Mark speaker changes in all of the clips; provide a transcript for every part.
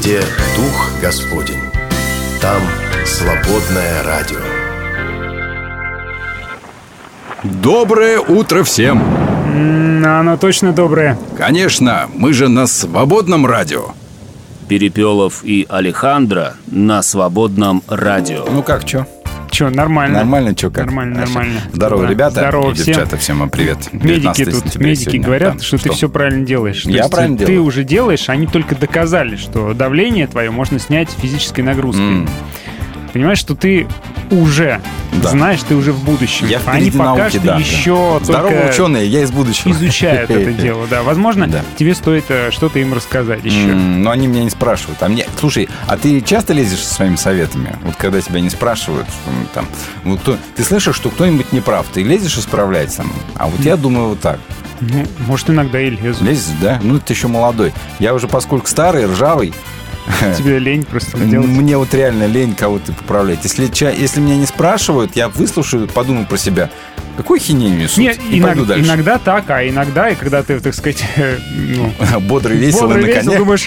Speaker 1: где Дух Господень, там свободное радио.
Speaker 2: Доброе утро всем!
Speaker 3: Оно точно доброе.
Speaker 2: Конечно, мы же на свободном радио.
Speaker 4: Перепелов и Алехандро на свободном радио.
Speaker 2: Ну как, чё?
Speaker 3: Чё, нормально?
Speaker 2: Нормально, чё, как?
Speaker 3: Нормально.
Speaker 2: Здорово,
Speaker 3: да.
Speaker 2: ребята.
Speaker 3: Здорово
Speaker 2: и
Speaker 3: всем.
Speaker 2: девчата, всем вам привет.
Speaker 3: Медики говорят, что ты все правильно делаешь.
Speaker 2: Я правильно делаю.
Speaker 3: Ты уже делаешь, они только доказали, что давление твое можно снять физической нагрузкой. Понимаешь, что ты уже знаешь, ты уже в будущем.
Speaker 2: Я
Speaker 3: они пока
Speaker 2: науки,
Speaker 3: что еще
Speaker 2: здоровые
Speaker 3: только
Speaker 2: ученые, я из будущего.
Speaker 3: изучают это дело. Да, возможно, тебе стоит что-то им рассказать еще.
Speaker 2: Но они меня не спрашивают. Слушай, а ты часто лезешь со своими советами? Вот когда тебя не спрашивают, там, ты слышишь, что кто-нибудь не прав, ты лезешь исправлять там. А вот я думаю вот так.
Speaker 3: Ну, может, иногда и лезу.
Speaker 2: Лезешь, да? Ну, ты еще молодой. Я уже, поскольку старый, ржавый.
Speaker 3: Тебе лень просто делать.
Speaker 2: Мне вот реально лень кого-то поправлять. Если меня не спрашивают, я выслушаю, подумаю про себя. Какой хиней несут?
Speaker 3: Нет, иногда так, а иногда, и когда ты, так сказать,
Speaker 2: бодрый, веселый на коне,
Speaker 3: думаешь,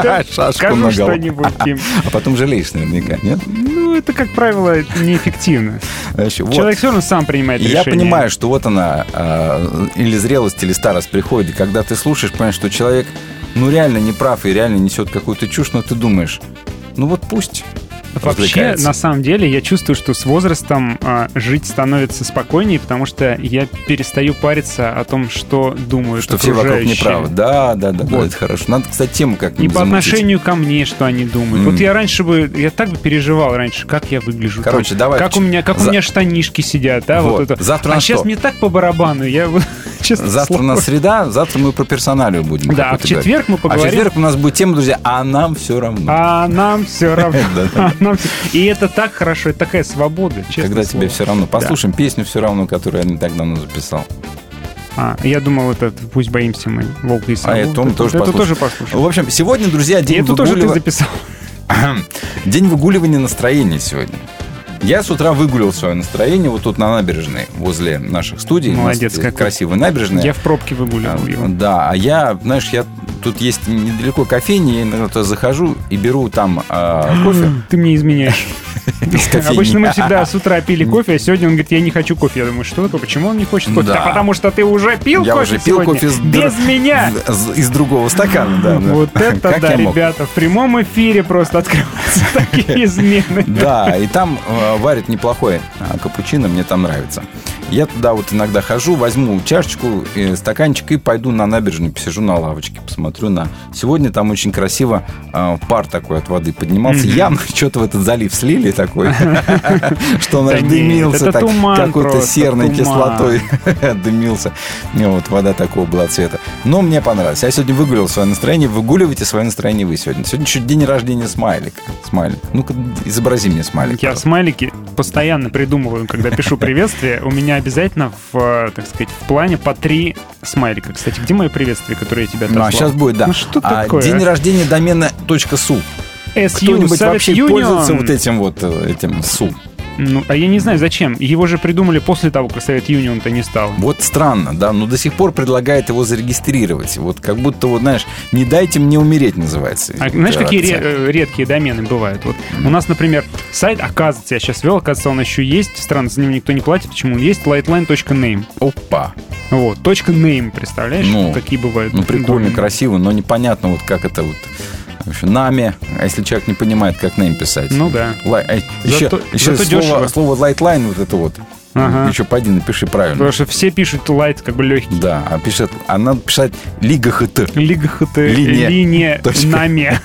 Speaker 3: скажу что-нибудь им.
Speaker 2: А потом жалеешь наверняка, нет?
Speaker 3: Ну, это, как правило, неэффективно. Человек все равно сам принимает решение.
Speaker 2: Я понимаю, что вот она, или зрелость, или старость приходит, и когда ты слушаешь, понимаешь, что человек реально не прав и реально несет какую-то чушь, но ты думаешь, вот пусть.
Speaker 3: Вообще, на самом деле, я чувствую, что с возрастом жить становится спокойнее, потому что я перестаю париться о том, что думают
Speaker 2: что все вокруг неправы. Да, это хорошо. Надо, кстати, тему как-нибудь
Speaker 3: и по отношению ко мне, что они думают. Вот я так бы переживал раньше, как я выгляжу.
Speaker 2: Короче, давай.
Speaker 3: Как у меня штанишки сидят, да, вот это.
Speaker 2: Завтра
Speaker 3: а сейчас мне так по барабану,
Speaker 2: завтра у нас среда, завтра мы про персоналию будем.
Speaker 3: Да, а в четверг мы поговорим.
Speaker 2: А в четверг у нас будет тема, друзья, а нам все равно.
Speaker 3: А нам все равно. И это так хорошо, это такая свобода, честно.
Speaker 2: Когда тебе все равно. Послушаем песню «Все равно», которую я не так давно записал.
Speaker 3: Я думал, это «Пусть боимся мы», «Волк и сову».
Speaker 2: Это тоже послушаем. В общем, сегодня, друзья, день
Speaker 3: выгуливания. Это тоже ты записал.
Speaker 2: День выгуливания настроения сегодня. Я с утра выгулил свое настроение вот тут на набережной, возле наших студий.
Speaker 3: Молодец, какой
Speaker 2: красивая набережная.
Speaker 3: Я в пробке выгуливал его.
Speaker 2: Да, тут есть недалеко кофейня, я иногда захожу и беру там кофе.
Speaker 3: Ты мне изменяешь. Обычно мы всегда с утра пили кофе, а сегодня он говорит, я не хочу кофе. Я думаю, что такое, почему он не хочет кофе? Да потому что ты уже пил кофе.
Speaker 2: Я уже пил кофе
Speaker 3: без меня.
Speaker 2: Из другого стакана, да.
Speaker 3: Вот это да, ребята, в прямом эфире просто открываются такие измены.
Speaker 2: Да, и там варят неплохое капучино, мне там нравится. Я туда вот иногда хожу, возьму чашечку, стаканчик и пойду на набережную, посижу на лавочке, посмотрю на... Сегодня там очень красиво пар такой от воды поднимался. Явно что-то в этот залив слили такой, что он аж дымился какой-то серной кислотой. Дымился. Вот, вода такого была цвета. Но мне понравилось. Я сегодня выгулил свое настроение. Выгуливайте свое настроение вы сегодня. Сегодня еще день рождения смайлика. Ну-ка, изобрази мне смайлик.
Speaker 3: Я смайлики постоянно придумываю, когда пишу приветствие. У меня обязательно в плане по 3 смайлика. Кстати, где мое приветствие, которое я тебе отослал?
Speaker 2: Сейчас будет, да.
Speaker 3: Что такое?
Speaker 2: День рождения домена .su. Кто-нибудь вообще пользуется вот этим СУ?
Speaker 3: А я не знаю, зачем. Его же придумали после того, как Совет Юнион-то не стал.
Speaker 2: Вот странно, да, но до сих пор предлагает его зарегистрировать. Вот как будто, знаешь, «не дайте мне умереть» называется.
Speaker 3: Знаешь, какие редкие домены бывают? Вот у нас, например, сайт, оказывается, я сейчас вел, оказывается, он еще есть. Странно, за него никто не платит. Почему он есть? lightline.name.
Speaker 2: Опа.
Speaker 3: Вот, .name, представляешь? Какие бывают?
Speaker 2: Прикольно, красиво, но непонятно, вот как это вот... В общем, нами, а если человек не понимает, как нейм писать.
Speaker 3: Ну да.
Speaker 2: Еще слово lightline вот это вот. Еще пойди, напиши правильно.
Speaker 3: Потому что все пишут light, как бы легкий.
Speaker 2: Да, а надо писать Лига ХТ.
Speaker 3: Лига ХТ. Линия нами.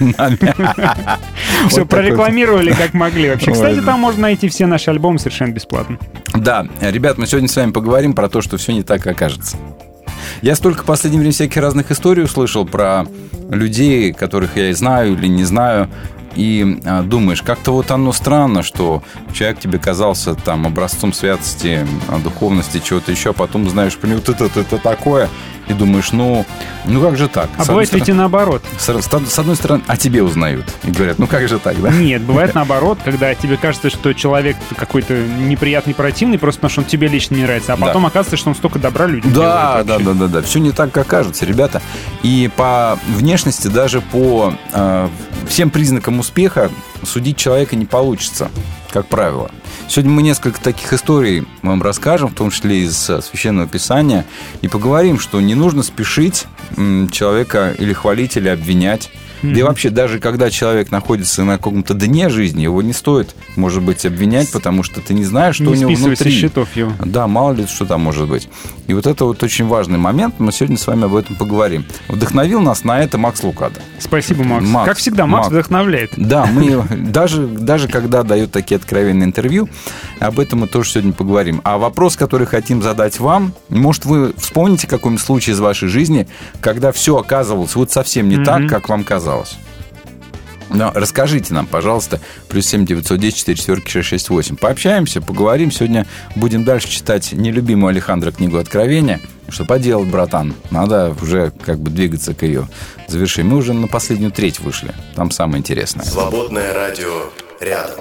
Speaker 3: Все, прорекламировали как могли вообще. Кстати, там можно найти все наши альбомы совершенно бесплатно.
Speaker 2: Да, ребят, мы сегодня с вами поговорим про то, что все не так, как кажется. Я столько в последнее время всяких разных историй услышал про людей, которых я и знаю или не знаю, и думаешь, как-то вот оно странно, что человек тебе казался там образцом святости, духовности, чего-то еще, а потом знаешь про него это такое, и думаешь, ну как же так?
Speaker 3: А бывает ведь и наоборот.
Speaker 2: С одной стороны, о тебе узнают и говорят, ну как же так, да?
Speaker 3: Нет, бывает наоборот, когда тебе кажется, что человек какой-то неприятный, противный, просто потому что он тебе лично не нравится, а потом оказывается, что он столько добра людям делает. Да. Все не так, как кажется, ребята. И по внешности, даже по
Speaker 2: всем признакам успеха судить человека не получится, как правило. Сегодня мы несколько таких историй вам расскажем, в том числе из Священного Писания, и поговорим, что не нужно спешить человека или хвалить, или обвинять. Да и вообще, даже когда человек находится на каком-то дне жизни, его не стоит, может быть, обвинять, потому что ты не знаешь, что у него внутри.
Speaker 3: Со счетов его.
Speaker 2: Да, мало ли, что там может быть. И вот это вот очень важный момент. Мы сегодня с вами об этом поговорим. Вдохновил нас на это Макс Лукадо.
Speaker 3: Спасибо, Макс. Как всегда, Макс вдохновляет.
Speaker 2: Да, мы даже когда дает такие откровенные интервью, об этом мы тоже сегодня поговорим. А вопрос, который хотим задать вам, может, вы вспомните какой-нибудь случай из вашей жизни, когда все оказывалось вот совсем не так, как вам казалось. Но расскажите нам, пожалуйста, +7 910 44 668. Пообщаемся, поговорим. Сегодня будем дальше читать нелюбимую Алехандро книгу Откровения. Что поделать, братан? Надо уже как бы двигаться к ее завершению. Мы уже на последнюю треть вышли. Там самое интересное.
Speaker 1: Свободное радио рядом.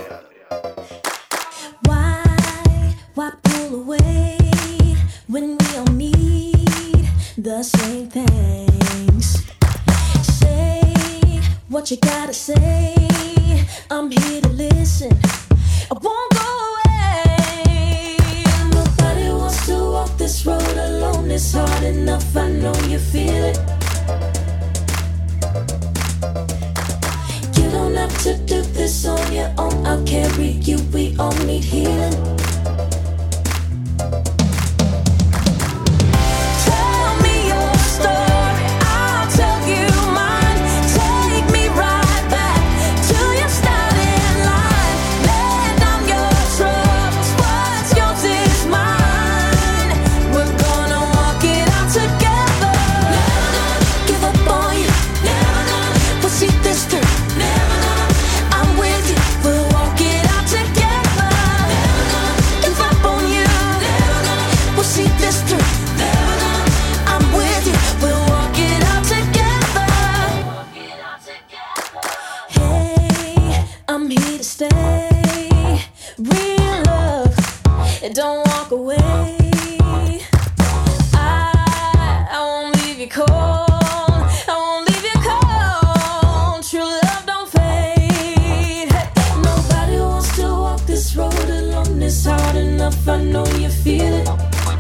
Speaker 5: What you gotta say, I'm here to listen, I won't go away. Nobody wants to walk this road alone, it's hard enough, I know you feel it. You don't have to do this on your own, I'll carry you, we all need healing. Don't walk away. I won't leave you cold. I won't leave you cold. True love don't fade. Nobody wants to walk this road alone. It's hard enough, I know you feel it.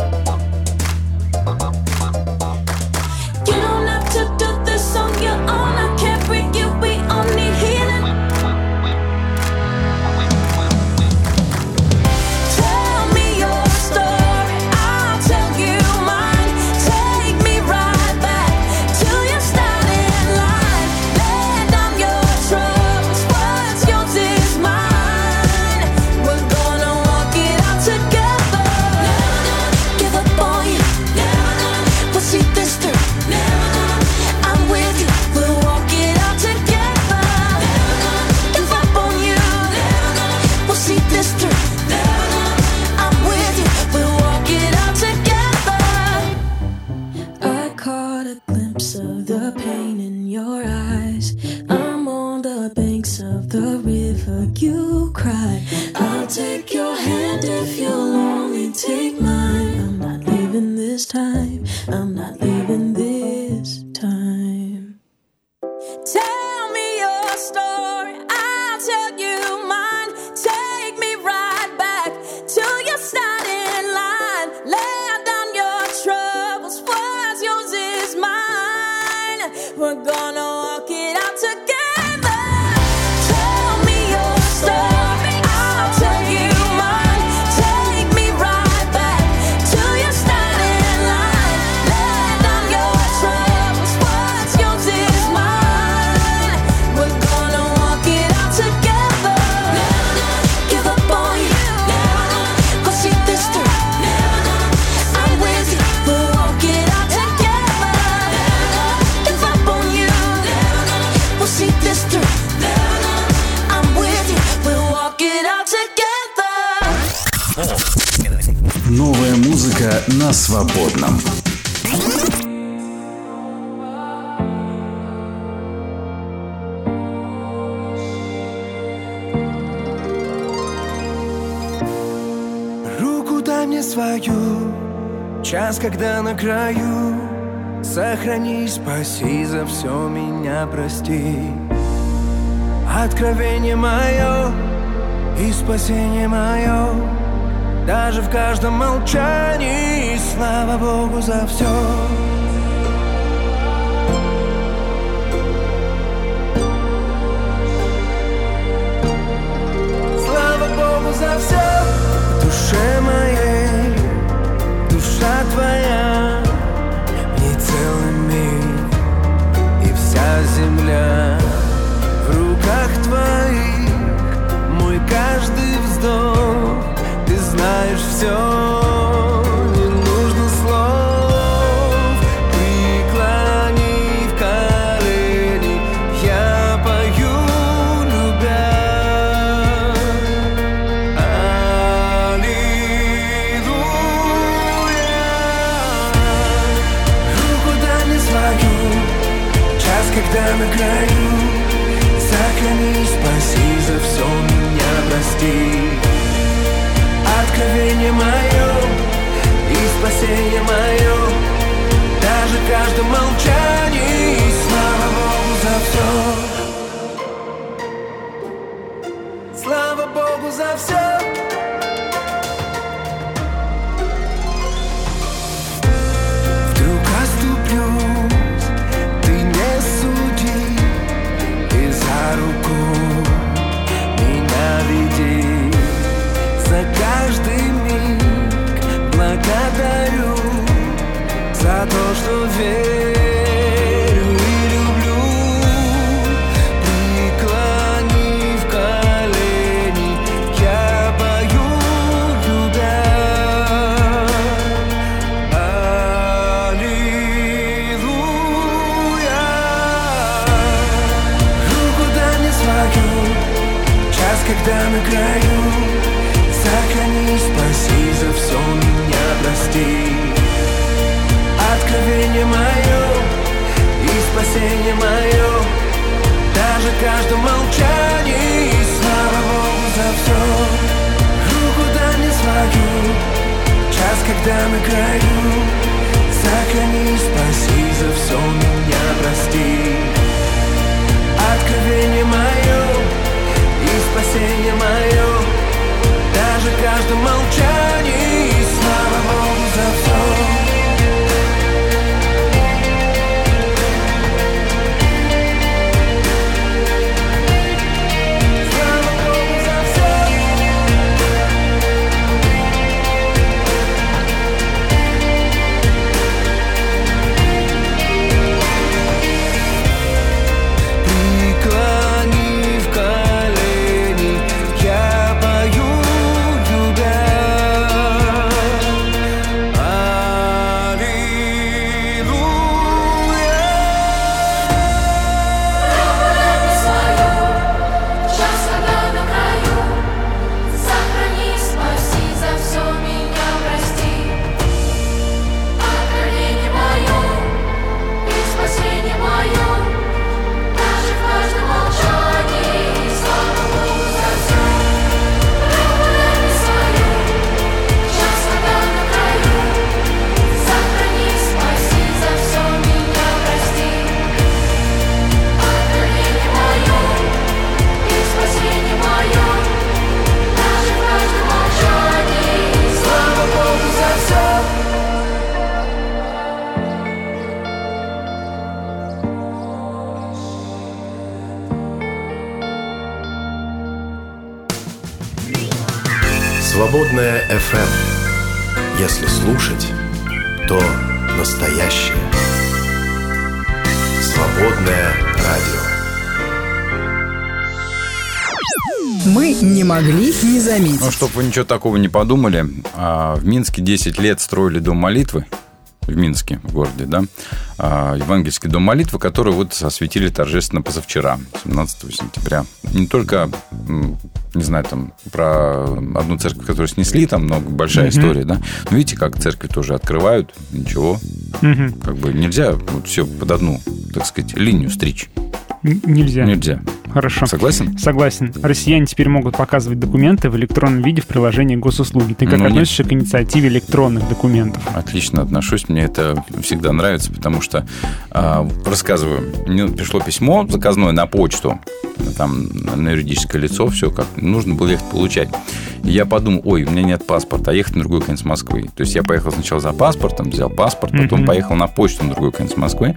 Speaker 5: You don't have to do this on your own. I can't break you, we all need healing. You cry, I'll take your hand if you'll only take mine. I'm not leaving this time, I'm not leaving this time. Tell me your story, I'll tell you mine. Take me right back to your starting line. Lay down your troubles, what's yours is mine. We're gonna walk it out together.
Speaker 1: Новая музыка на свободном.
Speaker 6: Руку дай мне свою, час, когда на краю. Сохрани, спаси, за все меня прости. Tell me your story, I'll tell you mine. Take me right back to your starting line. Lay down your troubles, what's yours is mine. We're gonna walk it out together. Give up on you, give up on you. We'll see this through. Never gonna give up on you. Never gonna, we'll see this through. I'm with you, we'll walk it out together.
Speaker 2: Новая музыка на свободном.
Speaker 6: Откровение мое и спасение мое, даже в каждом молчании. Слава Богу за все. Слава Богу за все. В душе моей душа твоя, в ней целый мир и вся земля. В руках твоих мой каждый вздох. Ты знаешь все, не нужно слов. Преклонив колени, я пою, любя. Аллилуйя. Руку дай мне свою, час, когда на краю. Заклони, спаси, за все меня прости. Откровение мое и спасение мое, даже в каждом молчании. Слава Богу за все. Слава Богу за все. Вдруг оступлюсь, ты не суди, и за руку меня веди. За каждый миг благодарю, за то, что верю и люблю. Преклонив колени, я пою, любя. Аллилуйя. Руку дай мне свою, час, когда на краю. Заклони, спаси, за все меня прости. Откровение мое и спасение мое, даже в каждом молчании. Слава Богу за все. Руку дай мне свою, час, когда на краю. Заклони, спаси, за все меня прости. Откровение мое и спасение мое, даже в каждом молчании. Слава Богу за все.
Speaker 1: Свободная FM. Если слушать, то настоящее. Свободное радио.
Speaker 7: Мы не могли не заметить.
Speaker 2: Ну, чтобы вы ничего такого не подумали, в Минске 10 лет строили дом молитвы. В Минске, в городе, да, евангельский дом молитвы, который вот осветили торжественно позавчера, 17 сентября. Не только, не знаю, там, про одну церковь, которую снесли, там много, большая история, да, но видите, как церкви тоже открывают, ничего, как бы нельзя вот все под одну, так сказать, линию стричь.
Speaker 3: Нельзя.
Speaker 2: Нельзя.
Speaker 3: Хорошо.
Speaker 2: Согласен?
Speaker 3: Согласен. Россияне теперь могут показывать документы в электронном виде в приложении госуслуги. Ты как относишься к инициативе электронных документов?
Speaker 2: Отлично отношусь. Мне это всегда нравится, потому что, рассказываю, мне пришло письмо заказное на почту, там на юридическое лицо, все как нужно было ехать получать. И я подумал, ой, у меня нет паспорта, а ехать на другой конец Москвы. То есть я поехал сначала за паспортом, взял паспорт, потом поехал на почту на другой конец Москвы,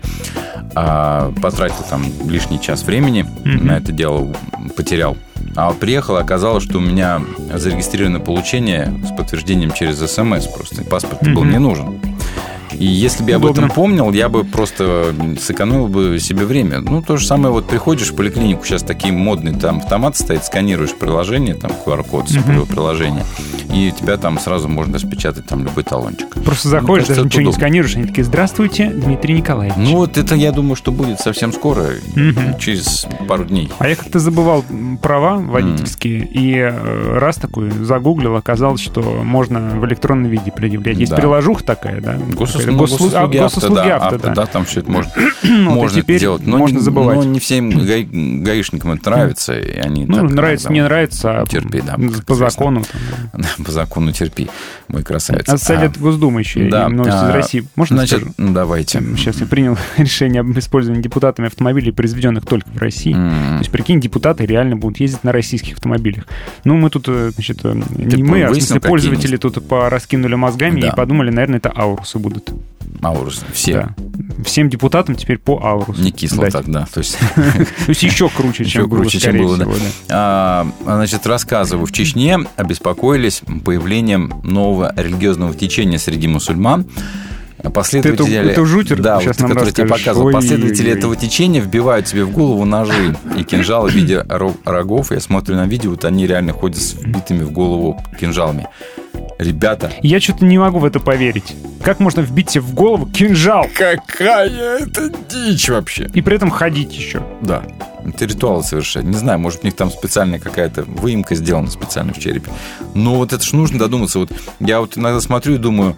Speaker 2: потратил там лишний час времени на это дело, потерял. А приехал, оказалось, что у меня зарегистрировано получение с подтверждением через СМС. Просто паспорт был не нужен. И если бы я об этом помнил, я бы просто сэкономил бы себе время. Ну, то же самое, вот приходишь в поликлинику, сейчас такие модные, там автомат стоит, сканируешь приложение, там QR-код с приложения, и тебя там сразу можно распечатать там любой талончик.
Speaker 3: Просто заходишь, даже ничего не сканируешь, они такие: здравствуйте, Дмитрий Николаевич.
Speaker 2: Ну, вот это, я думаю, что будет совсем скоро, через пару дней.
Speaker 3: А я как-то забывал права водительские, и раз такой загуглил, оказалось, что можно в электронном виде предъявлять. Есть приложуха такая, да?
Speaker 2: Госуслуги авто,
Speaker 3: да.
Speaker 2: Да, там все это можно делать. Но
Speaker 3: можно забывать.
Speaker 2: Но не всем гаишникам это нравится. И они
Speaker 3: нравится, не нравится, а
Speaker 2: терпи, да,
Speaker 3: по закону.
Speaker 2: По закону терпи, мой красавец.
Speaker 3: А Совет Госдумы еще,
Speaker 2: да,
Speaker 3: новости из России. Можно скажу?
Speaker 2: Давайте.
Speaker 3: Сейчас я принял решение об использовании депутатами автомобилей, произведенных только в России. То есть, прикинь, депутаты реально будут ездить на российских автомобилях. Ну, мы тут, значит, не мы, а в смысле пользователи тут пораскинули мозгами и подумали, наверное, это аурусы будут.
Speaker 2: Аурус, все.
Speaker 3: Да. Всем депутатам теперь по аурусу.
Speaker 2: Не кисло тогда. То есть
Speaker 3: еще круче, чем было, скорее всего.
Speaker 2: Значит, рассказываю. В Чечне обеспокоились появлением нового религиозного течения среди мусульман. Последователи,
Speaker 3: это жутер,
Speaker 2: да, вот, который тебе показывал. Последователи этого течения вбивают себе в голову ножи и кинжалы в виде рогов. Я смотрю на видео, вот они реально ходят с вбитыми в голову кинжалами. Ребята...
Speaker 3: Я что-то не могу в это поверить. Как можно вбить себе в голову кинжал?
Speaker 2: Какая это дичь вообще.
Speaker 3: И при этом ходить еще.
Speaker 2: Да. Это ритуалы совершать. Не знаю, может, у них там специальная какая-то выемка сделана специально в черепе. Но вот это ж нужно додуматься. Вот я вот иногда смотрю и думаю,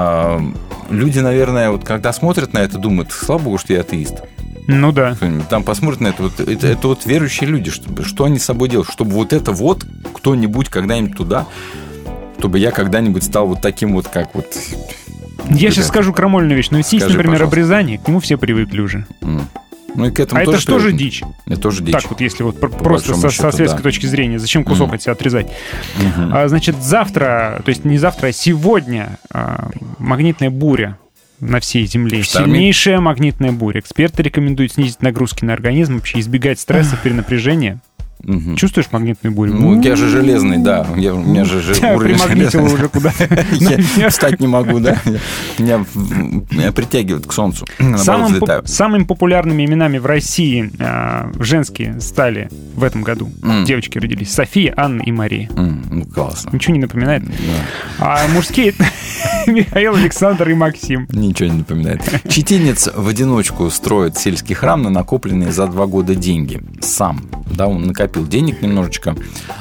Speaker 2: люди, наверное, вот когда смотрят на это, думают: слава богу, что я атеист.
Speaker 3: Ну да.
Speaker 2: Там посмотрят на это. Это вот верующие люди. Что они с собой делают? Чтобы вот это вот кто-нибудь когда-нибудь туда... чтобы я когда-нибудь стал вот таким вот, как вот...
Speaker 3: Я сейчас скажу крамольную вещь. Но ведь есть, например, обрезание, к нему все привыкли уже.
Speaker 2: Ну, и к этому
Speaker 3: это что же дичь?
Speaker 2: Это тоже дичь.
Speaker 3: Так вот, если вот просто со светской точки зрения. Зачем кусок от себя отрезать? Значит, завтра, то есть не завтра, а сегодня магнитная буря на всей Земле. Сильнейшая магнитная буря. Эксперты рекомендуют снизить нагрузки на организм, вообще избегать стресса, перенапряжения. Чувствуешь магнитную бурю?
Speaker 2: Ну, я же железный, да. У меня же уровень
Speaker 3: примагнитило уже куда.
Speaker 2: Я встать не могу, да. Меня притягивает к солнцу.
Speaker 3: Самыми популярными именами в России женские стали в этом году. Девочки родились. София, Анна и Мария.
Speaker 2: Ну, классно.
Speaker 3: Ничего не напоминает? А мужские Михаил, Александр и Максим.
Speaker 2: Ничего не напоминает. Читинец в одиночку строит сельский храм на накопленные за 2 года деньги. Сам. Да, он накопил денег немножечко.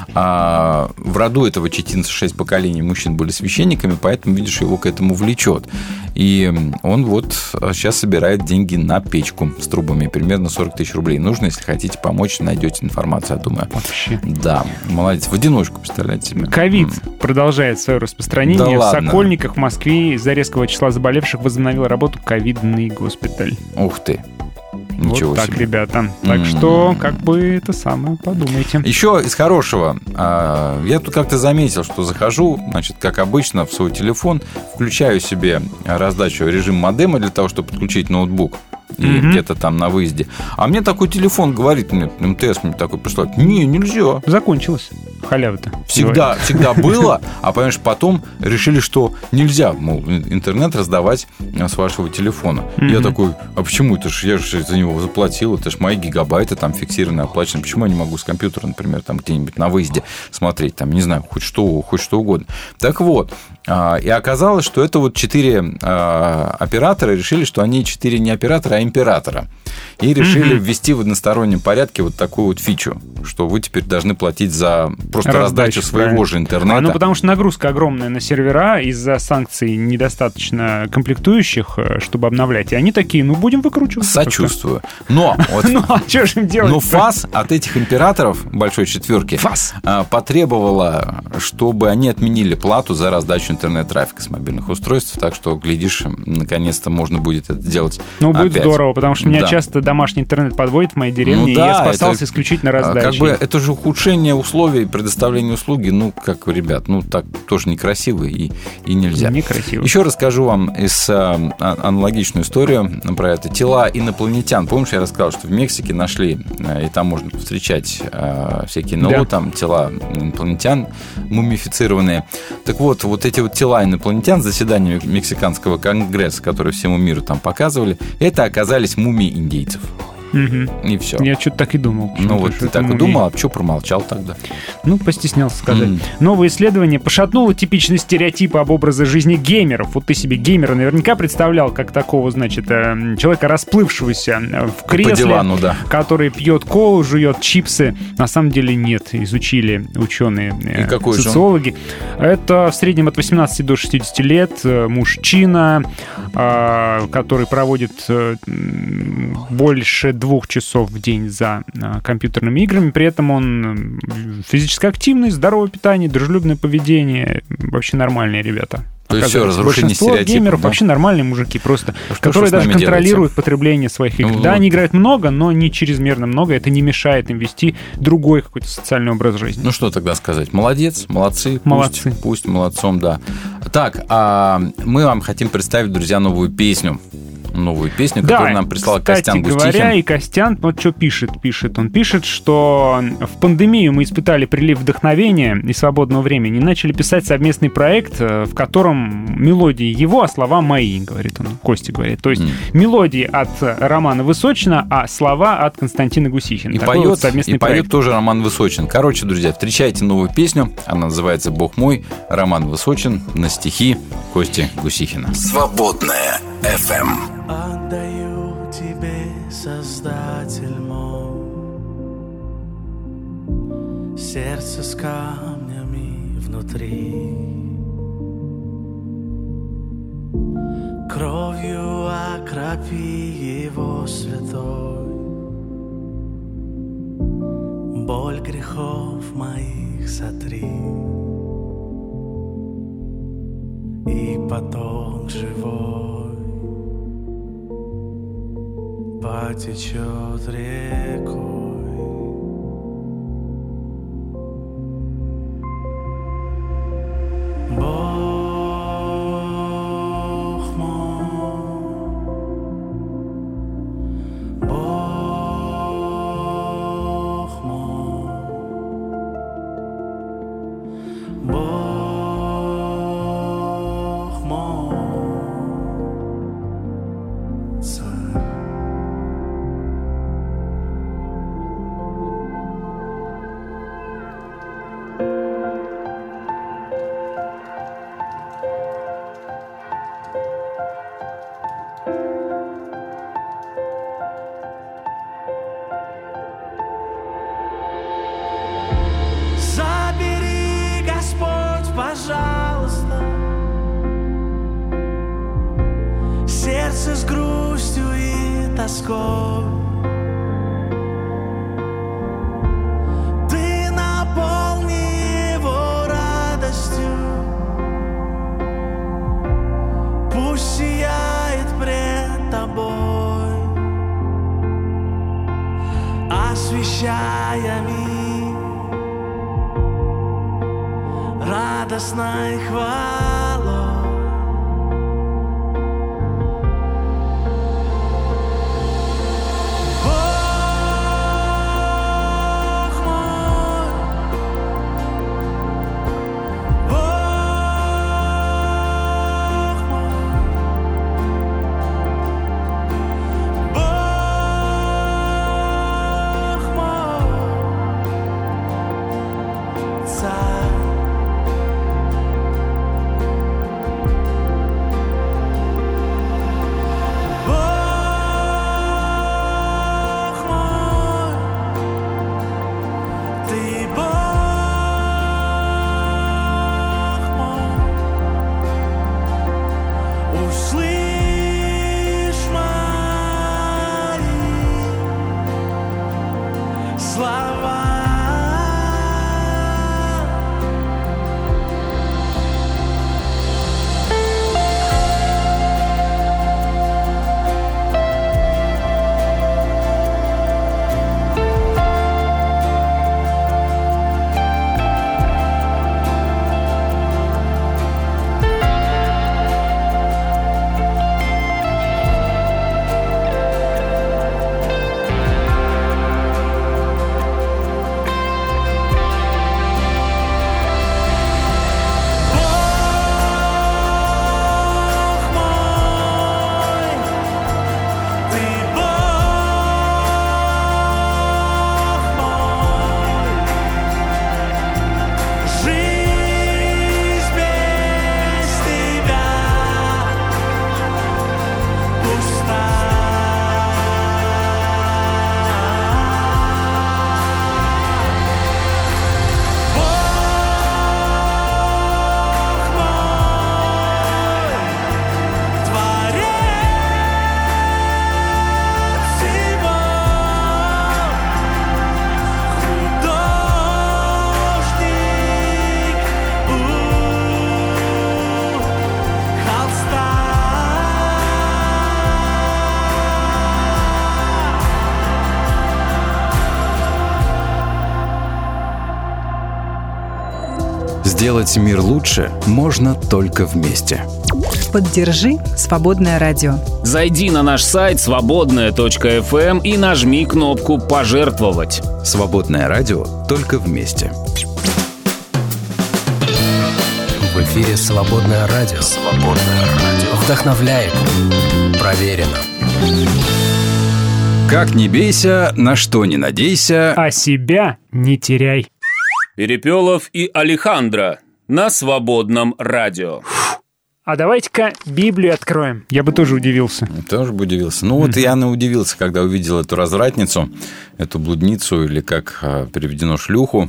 Speaker 2: А в роду этого читинца 6 поколений мужчин были священниками, поэтому, видишь, его к этому влечет. И он вот сейчас собирает деньги на печку с трубами. Примерно 40 тысяч рублей. Нужно, если хотите помочь, найдете информацию, я думаю.
Speaker 3: Вообще.
Speaker 2: Да, молодец. В одиночку, представляете себе.
Speaker 3: Ковид продолжает свое распространение.
Speaker 2: Да
Speaker 3: в
Speaker 2: ладно.
Speaker 3: Сокольниках в Москве из-за резкого числа заболевших возобновил работу ковидный госпиталь.
Speaker 2: Ух ты. Ничего
Speaker 3: вот так,
Speaker 2: себе.
Speaker 3: ребята. Так что, как бы это самое, подумайте.
Speaker 2: Еще из хорошего. Я тут как-то заметил, что захожу, значит, как обычно, в свой телефон, включаю себе раздачу режим модема для того, чтобы подключить ноутбук. И где-то там на выезде. А мне такой телефон говорит, мне МТС мне такой присылает: не, нельзя.
Speaker 3: Закончилось. Халява-то.
Speaker 2: Всегда было, а, понимаешь, потом решили, что нельзя, мол, интернет раздавать с вашего телефона. Я такой: а почему? Это ж я же за него заплатил, это ж мои гигабайты там фиксированные, оплачены. Почему я не могу с компьютера, например, там где-нибудь на выезде смотреть, там, не знаю, хоть что угодно. Так вот, и оказалось, что это вот 4 оператора решили, что они 4 не оператора, а императора. И решили ввести в одностороннем порядке вот такую вот фичу. что вы теперь должны платить за просто раздачу своего же интернета.
Speaker 3: Потому что нагрузка огромная на сервера из-за санкций недостаточно комплектующих, чтобы обновлять. И они такие, будем выкручивать.
Speaker 2: Сочувствую. Но
Speaker 3: что же им делать?
Speaker 2: Но ФАС от этих императоров большой четверки потребовала, чтобы они отменили плату за раздачу интернет-трафика с мобильных устройств. Так что, глядишь, наконец-то можно будет это делать.
Speaker 3: Будет здорово, потому что меня часто домашний интернет подводит в моей деревне, и я спасался исключительно раздачей.
Speaker 2: Это же ухудшение условий предоставления услуги. Ребят, так тоже некрасиво и нельзя.
Speaker 3: Некрасиво.
Speaker 2: Еще расскажу вам аналогичную историю про это. Тела инопланетян. Помнишь, я рассказал, что в Мексике нашли, и там можно встречать всякие НЛО, там тела инопланетян мумифицированные. Так вот эти тела инопланетян с заседания Мексиканского конгресса, которые всему миру там показывали, это оказались мумии индейцев. И все.
Speaker 3: Я что-то так и думал.
Speaker 2: Ты так и думал, а что промолчал тогда?
Speaker 3: Постеснялся сказать. Новое исследование пошатнуло типичный стереотип об образе жизни геймеров. Вот ты себе геймера наверняка представлял как такого, человека, расплывшегося в кресле,
Speaker 2: по дивану, да,
Speaker 3: который пьет колу, жует чипсы. На самом деле нет, изучили ученые, социологи. Это в среднем от 18 до 60 лет мужчина, который проводит больше 2 часов в день за компьютерными играми. При этом он физически активный, здоровое питание, дружелюбное поведение. Вообще нормальные ребята.
Speaker 2: То есть все, разрушение
Speaker 3: большинство
Speaker 2: стереотипов.
Speaker 3: Геймеров вообще нормальные мужики, просто, которые даже контролируют потребление своих игр. Они играют много, но не чрезмерно много. Это не мешает им вести другой какой-то социальный образ жизни.
Speaker 2: Что тогда сказать? Молодец, молодцы. Пусть молодцом, да. Так, мы вам хотим представить, друзья, новую песню, которую нам прислал Костян Густихин.
Speaker 3: Кстати говоря, и Костян что пишет? Он пишет, что в пандемию мы испытали прилив вдохновения и свободного времени и начали писать совместный проект, в котором мелодии его, а слова мои, говорит он, Костя говорит. То есть мелодии от Романа Высочина, а слова от Константина Гусихина.
Speaker 2: И поет тоже Роман Высочин. Короче, друзья, встречайте новую песню. Она называется «Бог мой». Роман Высочин на стихи Кости Гусихина.
Speaker 1: Свободная FM.
Speaker 6: Отдаю тебе, Создатель мой, сердце с камнями внутри, кровью окропи его святой, боль грехов моих сотри, и поток живой потечет рекой. Бог мой, Бог мой, Бог мой, Царь. Забери, Господь, пожалуйста, сердце с грустью и тоской. Ты наполни его радостью, пусть сияет пред тобой, освещая мир радостной хвалой. Бог мой, Бог мой, Бог мой, Царь.
Speaker 1: Сделать мир лучше можно только вместе.
Speaker 7: Поддержи «Свободное радио».
Speaker 4: Зайди на наш сайт свободная.фм и нажми кнопку «Пожертвовать».
Speaker 1: Свободное радио только вместе.
Speaker 8: В эфире «Свободное радио».
Speaker 1: Свободное радио.
Speaker 8: Вдохновляет. Проверено.
Speaker 2: Как не бейся, на что не надейся.
Speaker 3: А себя не теряй.
Speaker 4: Перепелов и Алехандро на Свободном радио.
Speaker 3: А давайте-ка Библию откроем. Я бы тоже удивился.
Speaker 2: Тоже бы удивился. Ну, вот я удивился, когда увидел эту развратницу, эту блудницу, или как переведено шлюху,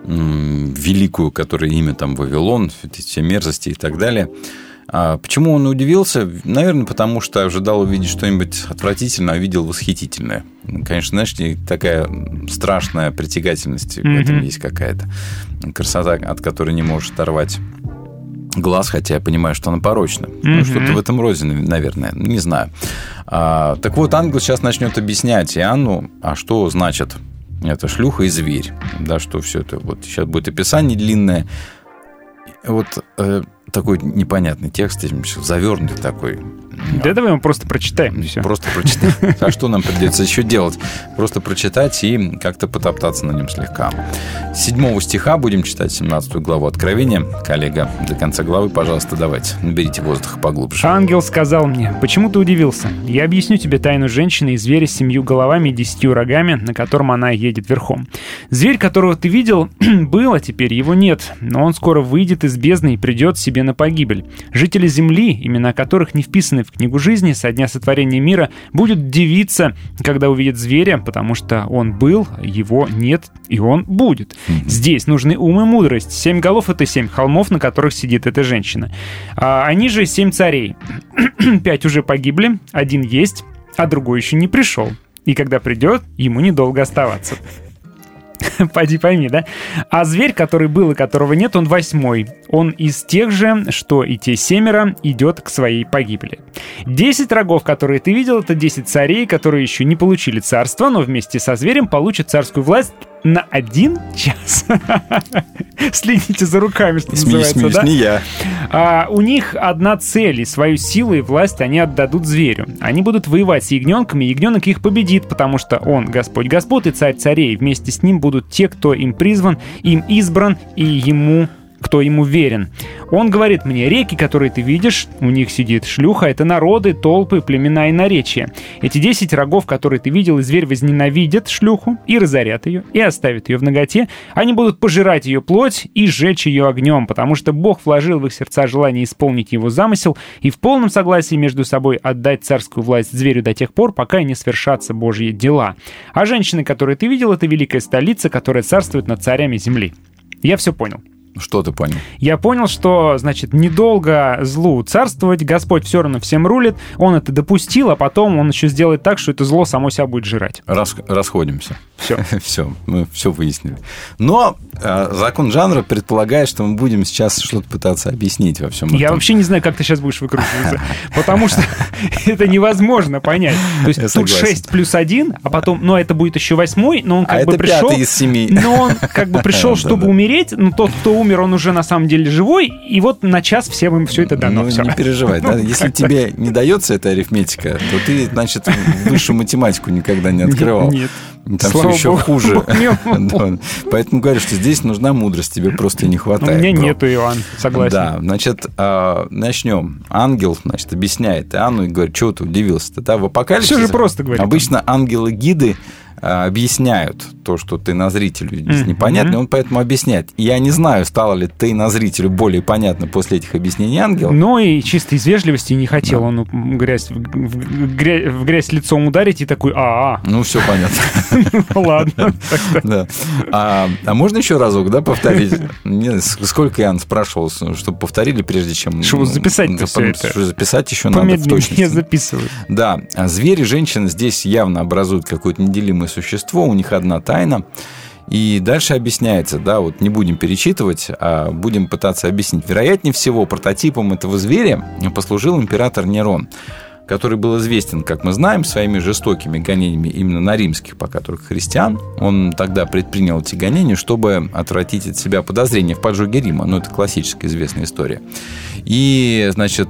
Speaker 2: великую, которая имя там Вавилон, все мерзости и так далее. А почему он удивился? Наверное, потому что ожидал увидеть что-нибудь отвратительное, а видел восхитительное. Конечно, знаешь, такая страшная притягательность в этом есть какая-то. Красота, от которой не можешь оторвать глаз, хотя я понимаю, что она порочна. Ну, что-то в этом роде, наверное, не знаю. Так вот, ангел сейчас начнет объяснять Иоанну, а что значит это шлюха и зверь. Да, что все это. Вот сейчас будет описание длинное. Вот такой непонятный текст, завернутый такой.
Speaker 3: Да давай мы просто прочитаем. Все.
Speaker 2: Просто прочитаем. А что нам придется еще делать? Просто прочитать и как-то потоптаться на нем слегка. С 7 стиха будем читать 17 главу Откровения. Коллега, до конца главы, пожалуйста, давайте. Наберите воздуха поглубже.
Speaker 3: Ангел сказал мне: почему ты удивился? Я объясню тебе тайну женщины и зверя с 7 головами и 10 рогами, на котором она едет верхом. Зверь, которого ты видел, был, а теперь его нет. Но он скоро выйдет из бездны и придет себе на погибель. Жители земли, имена которых не вписаны в книгу жизни, со дня сотворения мира будут дивиться, когда увидят зверя, потому что он был, его нет, и он будет. Здесь нужны ум и мудрость. 7 голов — это 7 холмов, на которых сидит эта женщина. Они же 7 царей. 5 уже погибли, 1 есть, а другой еще не пришел. И когда придет, ему недолго оставаться. Поди пойми, да? А зверь, который был и которого нет, он 8. Он из тех же, что и те 7, идет к своей погибели. 10 рогов, которые ты видел, это 10 царей, которые еще не получили царство, но вместе со зверем получат царскую власть на 1 час. Следите за руками, что называется, да?
Speaker 2: Не я.
Speaker 3: У них одна цель, и свою силу и власть они отдадут зверю. Они будут воевать с ягненками, и ягненок их победит, потому что он Господь Господ и Царь царей. Вместе с ним будут те, кто им призван, им избран, и ему, кто ему верен. Он говорит мне: реки, которые ты видишь, у них сидит шлюха, это народы, толпы, племена и наречия. Эти 10 рогов, которые ты видел, и зверь возненавидят шлюху и разорят ее, и оставят ее в наготе. Они будут пожирать ее плоть и сжечь ее огнем, потому что Бог вложил в их сердца желание исполнить его замысел и в полном согласии между собой отдать царскую власть зверю до тех пор, пока не свершатся Божьи дела. А женщины, которые ты видел, это великая столица, которая царствует над царями земли. Я все понял.
Speaker 2: Что ты понял?
Speaker 3: Я понял, что, значит, недолго злу царствовать, Господь все равно всем рулит, Он это допустил, а потом Он еще сделает так, что это зло само себя будет жрать.
Speaker 2: Расходимся.
Speaker 3: Все.
Speaker 2: Все, мы все выяснили. Но закон жанра предполагает, что мы будем сейчас что-то пытаться объяснить во всем этом.
Speaker 3: Я вообще не знаю, как ты сейчас будешь выкручиваться, потому что это невозможно понять. То есть тут 6 плюс 1, а потом, ну, это будет еще 8, но он как бы пришел...
Speaker 2: это 5 из 7.
Speaker 3: Но он как бы пришел, чтобы умереть, но тот, кто умер, он уже на самом деле живой, и вот на час всем им все это дано.
Speaker 2: Ну, не переживай. Если тебе не дается эта арифметика, то ты, значит, высшую математику никогда не открывал.
Speaker 3: Нет.
Speaker 2: Там все еще хуже. Поэтому говорю, что здесь нужна мудрость, тебе просто не хватает.
Speaker 3: У меня нету, Иоанн, согласен.
Speaker 2: Да, значит, начнем. Ангел, значит, объясняет Иоанну и говорит: чего ты удивился-то? Да, в апокалипсисе
Speaker 3: все же просто говорит.
Speaker 2: Обычно ангелы-гиды объясняют то, что ты на зрителю здесь непонятно, он поэтому объясняет. Я не знаю, стало ли ты на зрителю более понятно после этих объяснений ангела.
Speaker 3: Ну и чисто из вежливости не хотел он в грязь лицом ударить и такой: Ну,
Speaker 2: все понятно.
Speaker 3: Ладно.
Speaker 2: А можно еще разок, да, повторить? Сколько Иоанн спрашивал, чтобы повторили, прежде чем...
Speaker 3: Чтобы записать-то все это.
Speaker 2: Записать еще надо в точности.
Speaker 3: Я записываю.
Speaker 2: Да, звери и женщины здесь явно образуют какое-то неделимое существо, у них одна тайна. И дальше объясняется, да, вот не будем перечитывать, а будем пытаться объяснить. Вероятнее всего, прототипом этого зверя послужил император Нерон. который был известен, как мы знаем, своими жестокими гонениями именно на римских, пока только христиан, он тогда предпринял эти гонения, чтобы отвратить от себя подозрения в поджоге Рима. Ну, это классическая известная история. И, значит,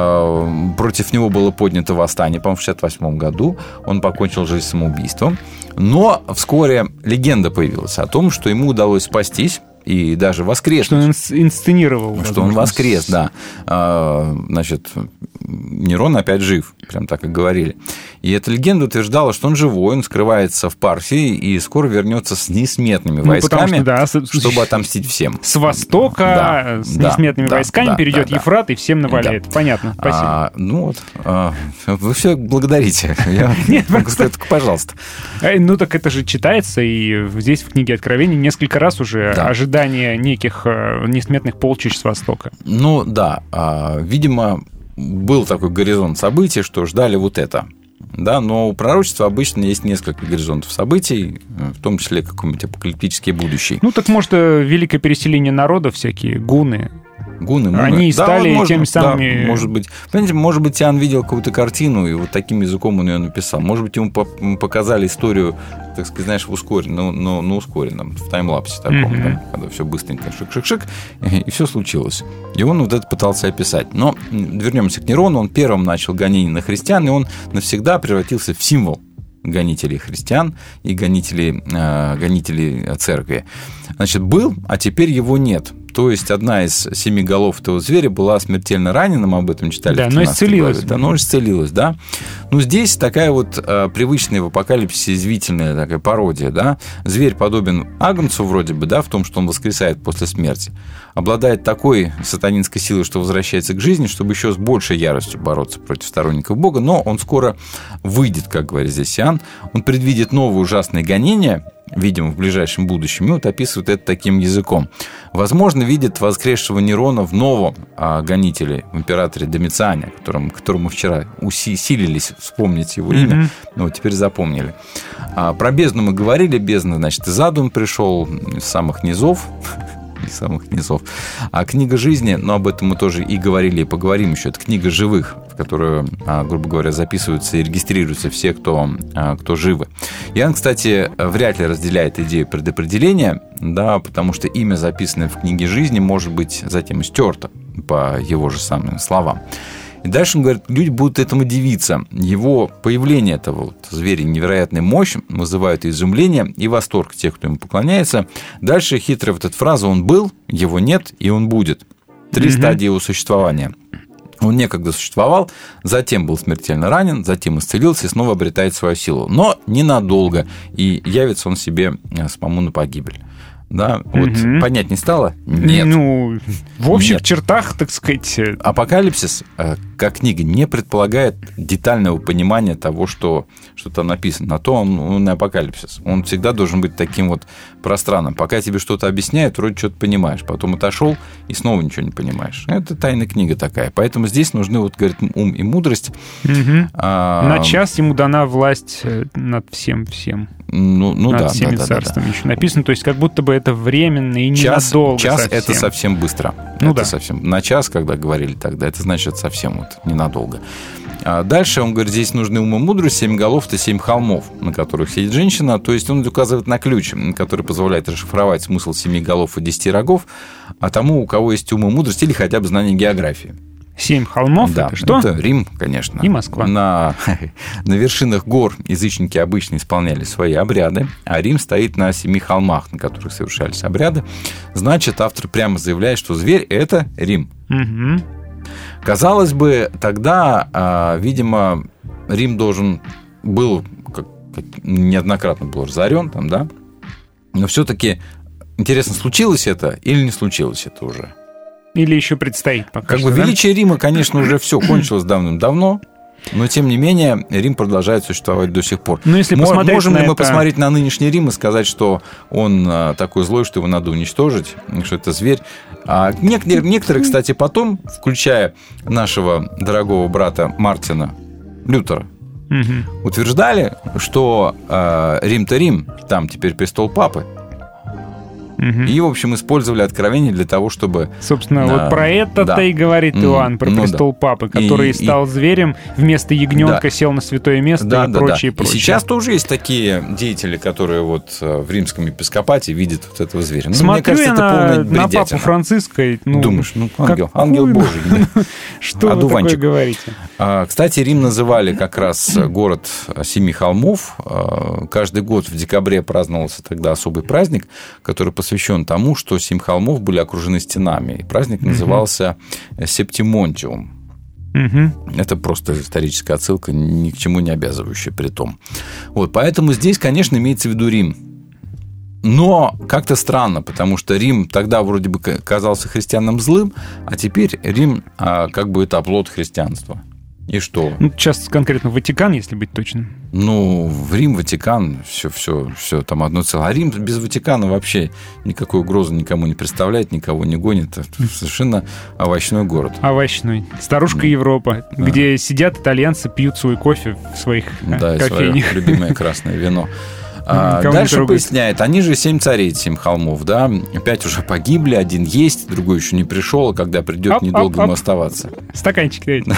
Speaker 2: против него было поднято восстание, по-моему, в 1968 году. Он покончил жизнь самоубийством. Но вскоре легенда появилась о том, что ему удалось спастись и даже воскреснуть.
Speaker 3: Что он инсценировал.
Speaker 2: Что он воскрес, да. Значит, Нерон опять жив, прям так и говорили. И эта легенда утверждала, что он живой, он скрывается в Парфии и скоро вернется с несметными войсками, чтобы отомстить всем.
Speaker 3: С востока с несметными войсками перейдет Ефрат и всем наваляет. Да. Понятно, спасибо.
Speaker 2: Вы все благодарите. Я могу сказать, только пожалуйста.
Speaker 3: Ну так это же читается, и здесь в книге Откровений несколько раз уже ожидание неких несметных полчищ с востока.
Speaker 2: Ну да, видимо, был такой горизонт событий, что ждали вот это. Да, но у пророчества обычно есть несколько горизонтов событий, в том числе какой-нибудь апокалиптический будущий.
Speaker 3: Ну, так, может, великое переселение народов всякие, гуны. Они стали теми самыми...
Speaker 2: Да, может быть. Понимаете, может быть, Иоанн видел какую-то картину, и вот таким языком он ее написал. Может быть, ему показали историю, так сказать, знаешь, в ускоренном, в таймлапсе таком, да, когда все быстренько шик-шик-шик, и все случилось. И он вот это пытался описать. Но вернемся к Нерону. Он первым начал гонение на христиан, и он навсегда превратился в символ гонителей христиан и гонителей церкви. Значит, был, а теперь его нет. То есть одна из 7 голов этого зверя была смертельно ранена, мы об этом читали.
Speaker 3: Да, но исцелилась.
Speaker 2: Да, но исцелилась, да. Ну, здесь такая вот привычная в апокалипсисе извительная такая пародия, да. Зверь подобен агнцу вроде бы, да, в том, что он воскресает после смерти. Обладает такой сатанинской силой, что возвращается к жизни, чтобы еще с большей яростью бороться против сторонников Бога, но он скоро выйдет, как говорит здесь Иоанн. Он предвидит новые ужасные гонения, видимо, в ближайшем будущем, и вот описывает это таким языком. Возможно, видит воскресшего Нерона в новом гонителе, в императоре Домициане, которому мы вчера усилились вспомнить его имя, но вот теперь запомнили. Про бездну мы говорили, бездна, значит, из ада он пришел, из самых низов. А книга жизни, но об этом мы тоже и говорили, и поговорим еще, это книга живых, в которую, грубо говоря, записываются и регистрируются все, кто живы. Иоанн, кстати, вряд ли разделяет идею предопределения, да, потому что имя, записанное в книге жизни, может быть затем стерто, по его же самым словам. И дальше он говорит, люди будут этому дивиться. Его появление этого вот зверя, невероятная мощь, вызывает изумление и восторг тех, кто ему поклоняется. Дальше хитрая вот эта фраза «он был», «его нет» и «он будет». 3 стадии его существования. Он некогда существовал, затем был смертельно ранен, затем исцелился и снова обретает свою силу. Но ненадолго, и явится он себе самому на погибель. Да, вот понять не стало? Нет.
Speaker 3: Ну, в общих чертах, так сказать...
Speaker 2: Апокалипсис, как книга, не предполагает детального понимания того, что там написано. На то он и апокалипсис. Он всегда должен быть таким вот пространным. Пока тебе что-то объясняют, вроде что-то понимаешь. Потом отошел и снова ничего не понимаешь. Это тайная книга такая. Поэтому здесь нужны, вот, говорит, ум и мудрость.
Speaker 3: На час ему дана власть над всем. Над всеми царствами еще написано. То есть, как будто бы это временно и ненадолго.
Speaker 2: Час
Speaker 3: совсем.
Speaker 2: Это совсем быстро.
Speaker 3: Ну
Speaker 2: это совсем. На час, когда говорили тогда, это значит совсем вот ненадолго. Дальше он говорит, здесь нужны ум и мудрость, 7 голов – это 7 холмов, на которых сидит женщина. То есть он указывает на ключ, который позволяет расшифровать смысл 7 голов и 10 рогов, а тому, у кого есть ум и мудрость или хотя бы знание географии.
Speaker 3: 7 холмов?
Speaker 2: Да,
Speaker 3: это что?
Speaker 2: Это Рим, конечно.
Speaker 3: И Москва.
Speaker 2: На вершинах гор язычники обычно исполняли свои обряды, а Рим стоит на 7 холмах, на которых совершались обряды. Значит, автор прямо заявляет, что зверь – это Рим. Казалось бы, тогда, видимо, Рим должен был, как неоднократно был разорен, там, да? Но все-таки интересно, случилось это или не случилось это уже?
Speaker 3: Или еще предстоит пока
Speaker 2: что, величие Рима, конечно, уже все кончилось давным-давно, но, тем не менее, Рим продолжает существовать до сих пор.
Speaker 3: Если
Speaker 2: можем ли мы посмотреть на нынешний Рим и сказать, что он такой злой, что его надо уничтожить, что это зверь? А некоторые, кстати, потом, включая нашего дорогого брата Мартина Лютера, утверждали, что Рим-то Рим, там теперь престол папы. И, в общем, использовали откровение для того, чтобы...
Speaker 3: Собственно, вот про это-то и говорит Иоанн, про престол Папы, который стал зверем, вместо ягненка сел на святое место и прочее, прочее.
Speaker 2: И сейчас тоже есть такие деятели, которые вот в римском епископате видят вот этого зверя.
Speaker 3: Смотрю, мне кажется, я на Папу Франциска.
Speaker 2: Думаешь, ангел Божий.
Speaker 3: Что вы такое говорите?
Speaker 2: Кстати, Рим называли как раз город Семи холмов. Каждый год в декабре праздновался тогда особый праздник, который посвящен тому, что 7 холмов были окружены стенами. И праздник назывался Септимонтиум. Это просто историческая отсылка, ни к чему не обязывающая при том. Вот, поэтому здесь, конечно, имеется в виду Рим. Но как-то странно, потому что Рим тогда вроде бы казался христианам злым, а теперь Рим как бы это оплот христианства. И что?
Speaker 3: Сейчас конкретно Ватикан, если быть точным.
Speaker 2: В Рим, Ватикан, все там одно целое. А Рим без Ватикана вообще никакой угрозы никому не представляет, никого не гонит. Это совершенно овощной город.
Speaker 3: Овощной. Старушка Европа, где сидят итальянцы, пьют свой кофе в своих кофейнях.
Speaker 2: Свое любимое красное вино. Дальше поясняет, они же 7 царей, 7 холмов, да, 5 уже погибли, 1 есть, другой еще не пришел, а когда придет, недолго ему оставаться.
Speaker 3: Стаканчик дайте.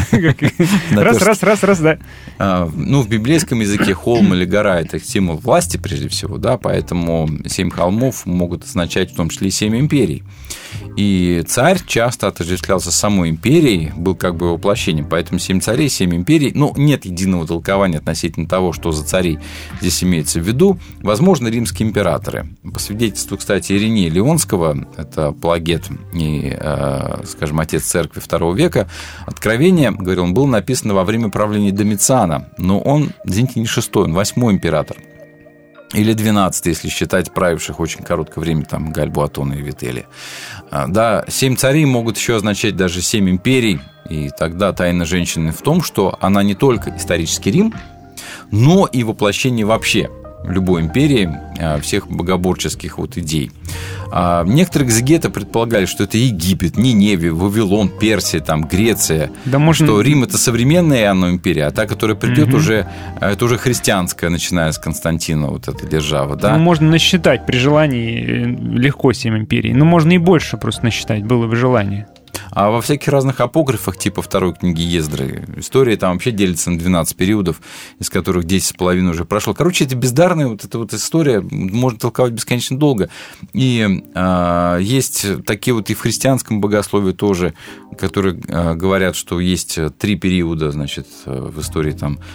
Speaker 3: Раз, да.
Speaker 2: В библейском языке холм или гора – это символ власти, прежде всего, да, поэтому 7 холмов могут означать в том числе и 7 империй. И царь часто отождествлялся с самой империей, был как бы воплощением, поэтому 7 царей, 7 империй. Нет единого толкования относительно того, что за царей здесь имеется в виду. Возможно, римские императоры. По свидетельству, кстати, Иринея Леонского, это апологет и, скажем, отец церкви II века, Откровение, говорил он, было написано во время правления Домициана, но он, извините, не 6-й, он 8-й император. Или 12-й, если считать правивших очень короткое время, там, Галь, Буатона и Вителия. Да, 7 царей могут еще означать даже 7 империй, и тогда тайна женщины в том, что она не только исторический Рим, но и воплощение вообще любой империи, всех богоборческих идей. Некоторые экзегеты предполагали, что это Египет, Ниневия, Вавилон, Персия, там, Греция, что Рим – это современная Иоаннова империя, а та, которая придет, это уже христианская, начиная с Константина, вот эта держава. Да?
Speaker 3: Можно насчитать при желании легко 7 империй, можно и больше просто насчитать, было бы желание.
Speaker 2: А во всяких разных апокрифах, типа второй книги Ездры, история там вообще делится на 12 периодов, из которых 10,5 уже прошло. Короче, это бездарная эта история, можно толковать бесконечно долго. И есть такие и в христианском богословии тоже, которые говорят, что есть 3 периода, значит, в истории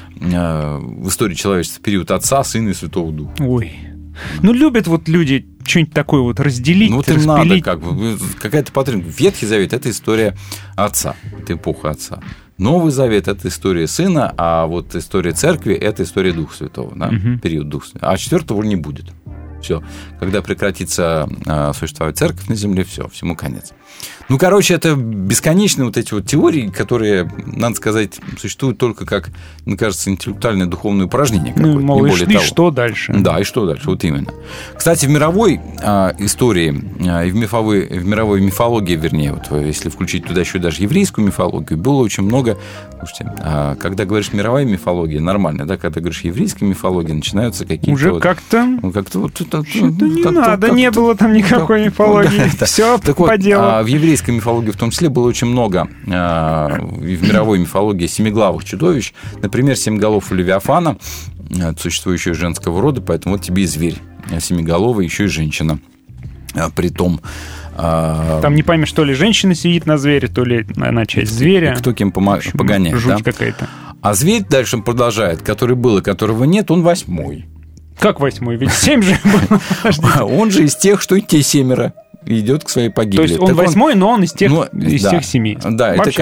Speaker 2: человечества. Период Отца, Сына и Святого Духа.
Speaker 3: Ой. Любят люди что-нибудь такое распилить,
Speaker 2: им надо какая-то потребность. Ветхий Завет – это история Отца, это эпоха Отца. Новый Завет – это история Сына, а история Церкви – это история Духа Святого, да? Период Духа Святого. А 4-го не будет. Все. Когда прекратится существовать церковь на земле, всему конец. Это бесконечные эти теории, которые, надо сказать, существуют только как, мне кажется, интеллектуальное духовное упражнение какое-то, не более того.
Speaker 3: И что дальше?
Speaker 2: Да, и что дальше, именно. Кстати, в мировой истории, и в мировой мифологии, вернее, если включить туда еще даже еврейскую мифологию, было очень много. Слушайте, когда говоришь мировая мифология, нормально, да, когда говоришь еврейская мифология, начинаются какие-то...
Speaker 3: Уже как-то не надо, не было там никакой мифологии. Все по делу.
Speaker 2: В еврейской мифологии в том числе было очень много, и в мировой мифологии, семиглавых чудовищ. Например, 7 голов у Левиафана, существующего женского рода, поэтому тебе и зверь семиголовый, еще и женщина. Притом...
Speaker 3: Там не поймешь, то ли женщина сидит на звере, то ли она часть зверя.
Speaker 2: Кто кем погоняет.
Speaker 3: Жуть какая-то.
Speaker 2: А зверь дальше продолжает, который был и которого нет, он 8-й.
Speaker 3: Как 8-й? Ведь 7 же было.
Speaker 2: Он же из тех, что и те 7 идет к своей погибели.
Speaker 3: То есть он 8-й, но он из тех 7.
Speaker 2: Да, это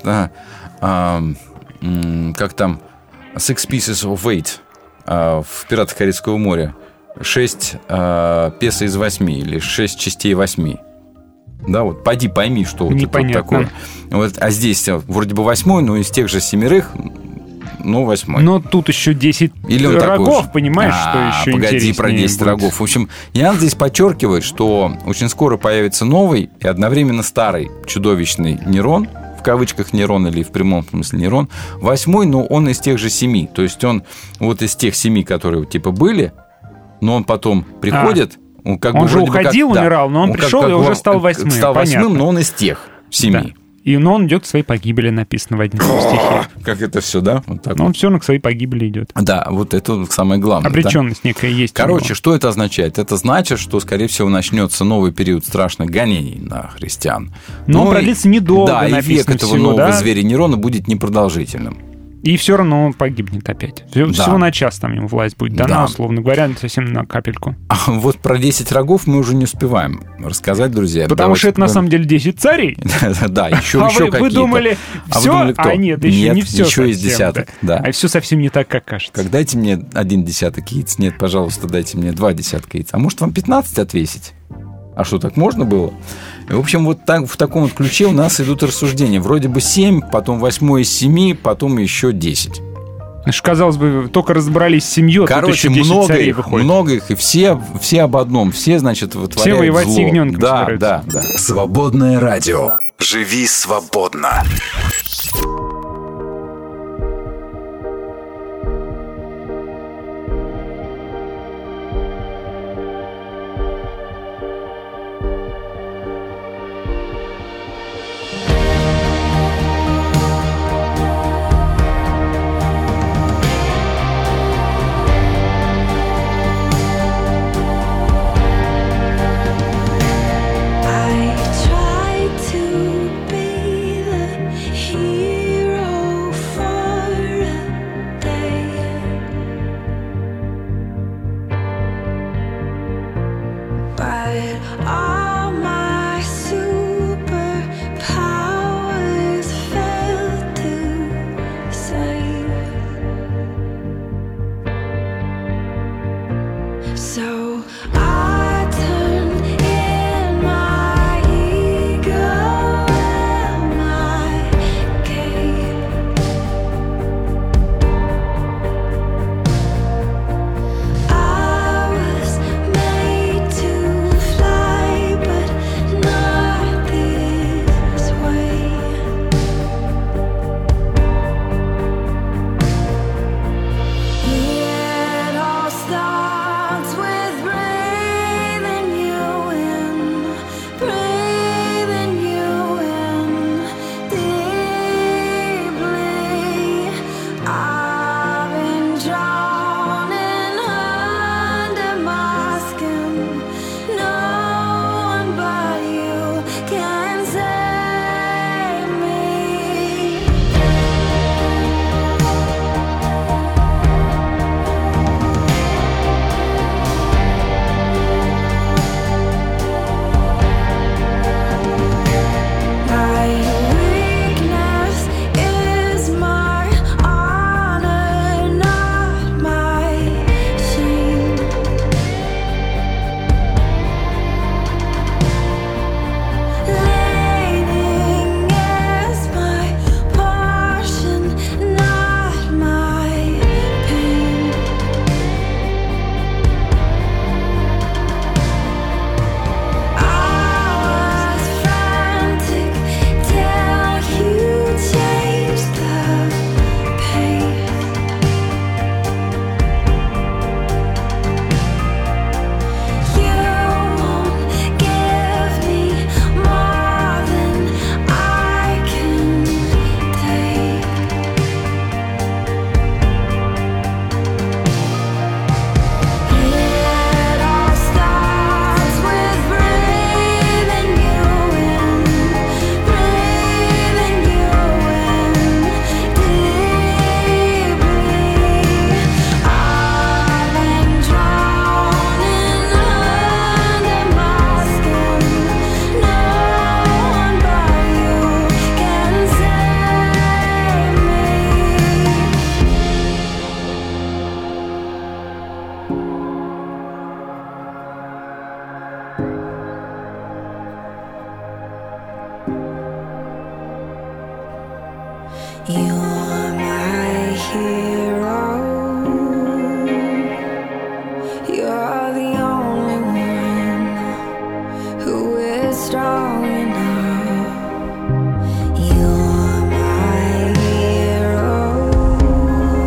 Speaker 2: как там Six Pieces of Eight в «Пиратах Карибского моря». 6 песо из 8 или 6 частей 8. Да, поди пойми, что это такое. А здесь вроде бы 8-й, но из тех же 7, 8-й.
Speaker 3: Но тут еще 10 рогов, понимаешь, что еще интереснее.
Speaker 2: Погоди, про 10
Speaker 3: будет.
Speaker 2: Рогов. В общем, Иоанн здесь подчеркивает, что очень скоро появится новый и одновременно старый чудовищный Нерон, в кавычках Нерон или в прямом смысле Нерон, 8-й, но он из тех же 7. То есть он из тех 7, которые были, но он потом приходит,
Speaker 3: Он же уходил, умирал, но он пришел и уже стал 8-м.
Speaker 2: Стал 8-м, но он из тех 7.
Speaker 3: Да. Но он идет к своей погибели, написано в 11 стихе.
Speaker 2: Как это все, да? Вот так
Speaker 3: но он все равно к своей погибели идет.
Speaker 2: Да, вот это самое главное.
Speaker 3: Обреченность некая есть.
Speaker 2: Короче, что это означает? Это значит, что, скорее всего, начнется новый период страшных гонений на христиан.
Speaker 3: Но он продлится недолго,
Speaker 2: да, и век этого нового зверя Нерона будет непродолжительным.
Speaker 3: И все равно он погибнет опять. Всего на час там ему власть будет дана, условно говоря, совсем на капельку.
Speaker 2: А вот про 10 рогов мы уже не успеваем рассказать, друзья.
Speaker 3: Потому что это на самом деле 10 царей.
Speaker 2: Да, еще какие-то.
Speaker 3: Вы думали, все? А нет, еще не все.
Speaker 2: Еще есть десяток.
Speaker 3: А все совсем не так, как кажется.
Speaker 2: Так дайте мне 1 десяток яиц. Нет, пожалуйста, дайте мне 2 десятка яиц. А может, вам 15 отвесить? А что, так можно было? В общем, вот так, в таком вот ключе у нас идут рассуждения. Вроде бы 7, потом 8 из 7, потом еще 10.
Speaker 3: Казалось бы, только разобрались с семьей,
Speaker 2: короче,
Speaker 3: тут еще 10 царей выходит.
Speaker 2: Много их, и все об одном. Все, значит, вытворяют зло.
Speaker 3: Все воевать с ягненком
Speaker 2: да.
Speaker 1: Свободное радио. Живи свободно.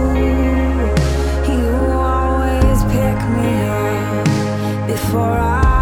Speaker 5: Before I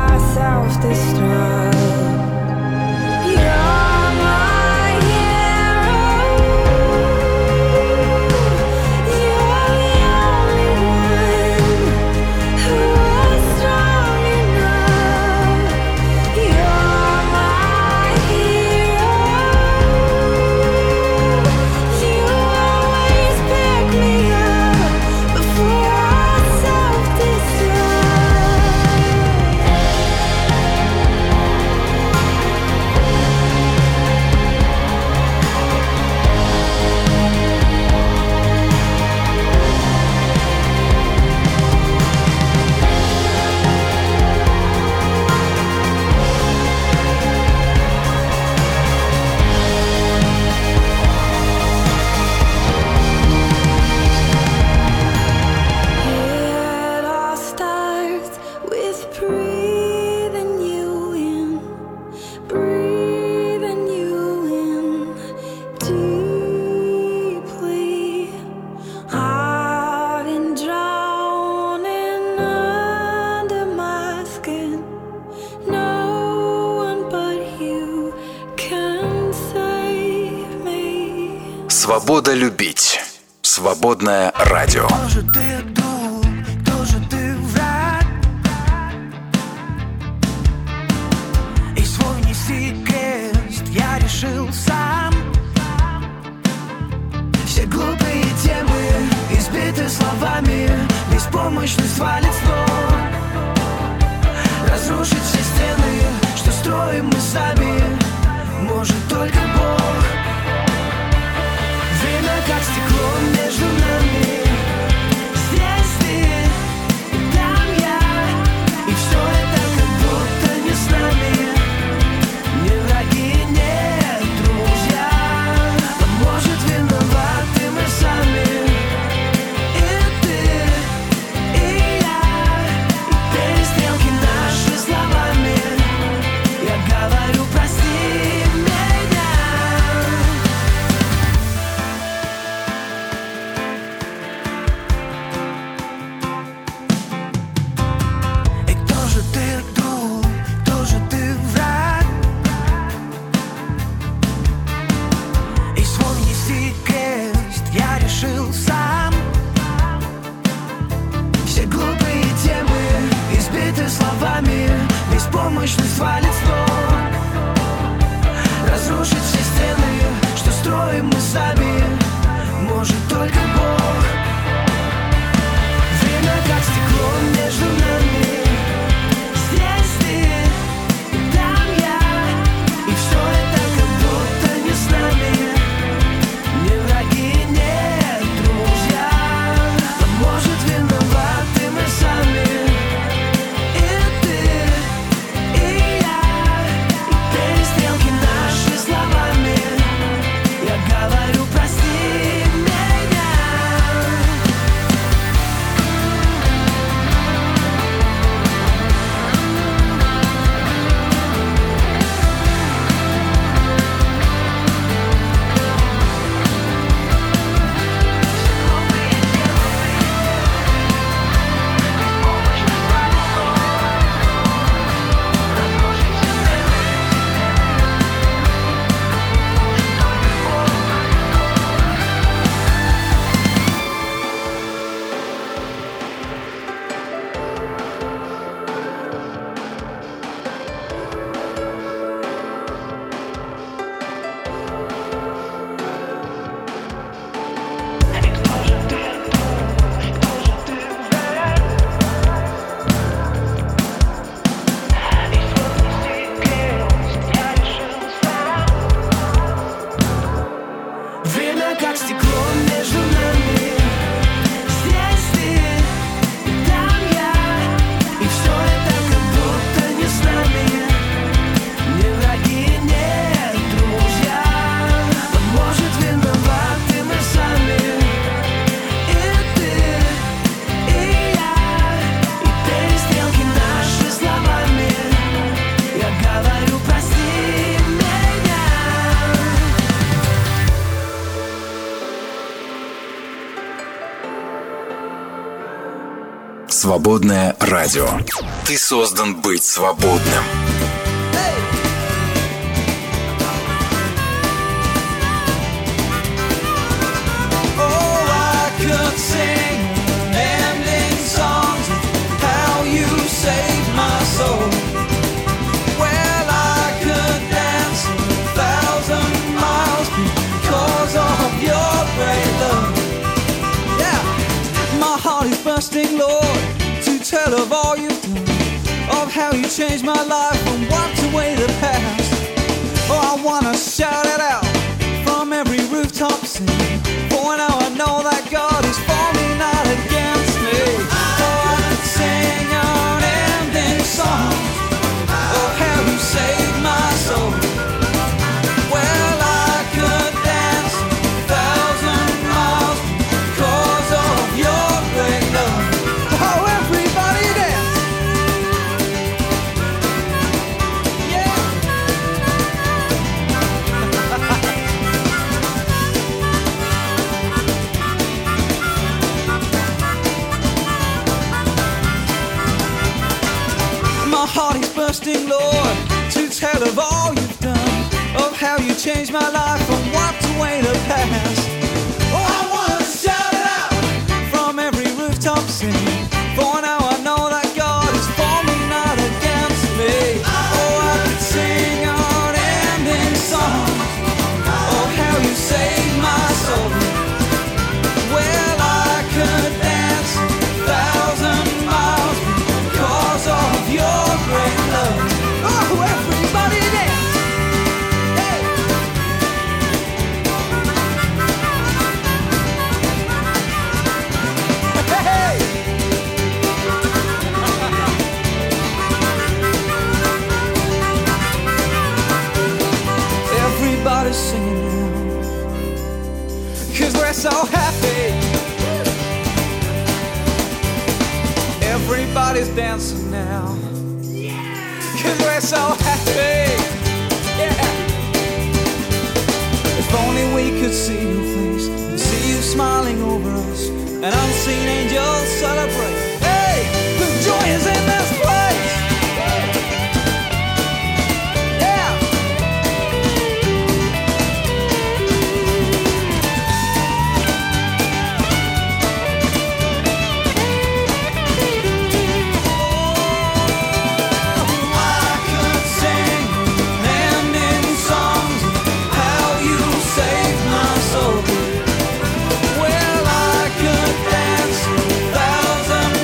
Speaker 1: Свобода любить. Свободное радио.
Speaker 6: Кто же ты друг, кто же ты враг? И свой неси крест я решил сам. Все глупые темы избиты словами, беспомощно свалит с ног. Разрушить все стены, что строим мы сами, может только Бог. Время как стекло между нами. Здесь ты, там я, и все это как будто не с нами. Не враги, не друзья, а может виноваты мы сами. И ты, и я, и перестрелки наши словами. Я говорю, прости меня. И кто же ты друг, кто же ты враг? И свой неси крест я решил сам. Все глупые темы избиты словами, беспомощно свалит с ног. Разрушить все стены, что строим мы сами, может только Бог. Время как стекло между нами. Здесь ты, там я, и все это как будто не с нами. Не враги, не друзья, а может виноваты мы сами. И ты, и я, и перестрелки наши словами. Я говорю, прости меня. Время как стекло между нами. Здесь ты, там я, и все это как будто не с нами. Не враги, не друзья, а может виноваты мы сами. И ты, и я, и перестрелки наши словами. Я говорю, прости меня.
Speaker 1: Свободное радио. Ты создан быть свободным.
Speaker 6: Oh, I could sing ending songs of how you saved my soul. Well, I could dance 1,000 miles because of your great love. Yeah, my heart is bursting, Lord, to tell of all you've done, of how you changed my life and wiped away the past. Oh, I wanna shout it out from every rooftop sing, for now I know that God is for me, not against me. Oh, I could sing unending songs of how you saved my soul. Well, I could dance 1,000 miles because of your great love. Oh, everybody dance! Yeah! My heart is bursting, Lord, to tell of all you've done, of how you changed my life and wiped away the past. everybody's singing now, 'cause we're so happy. Everybody's dancing now, 'cause we're so happy. Yeah. If only we could see your face and see you smiling over us, and unseen angels celebrate. Hey, the joy is in this place.
Speaker 5: Well, I could dance 1,000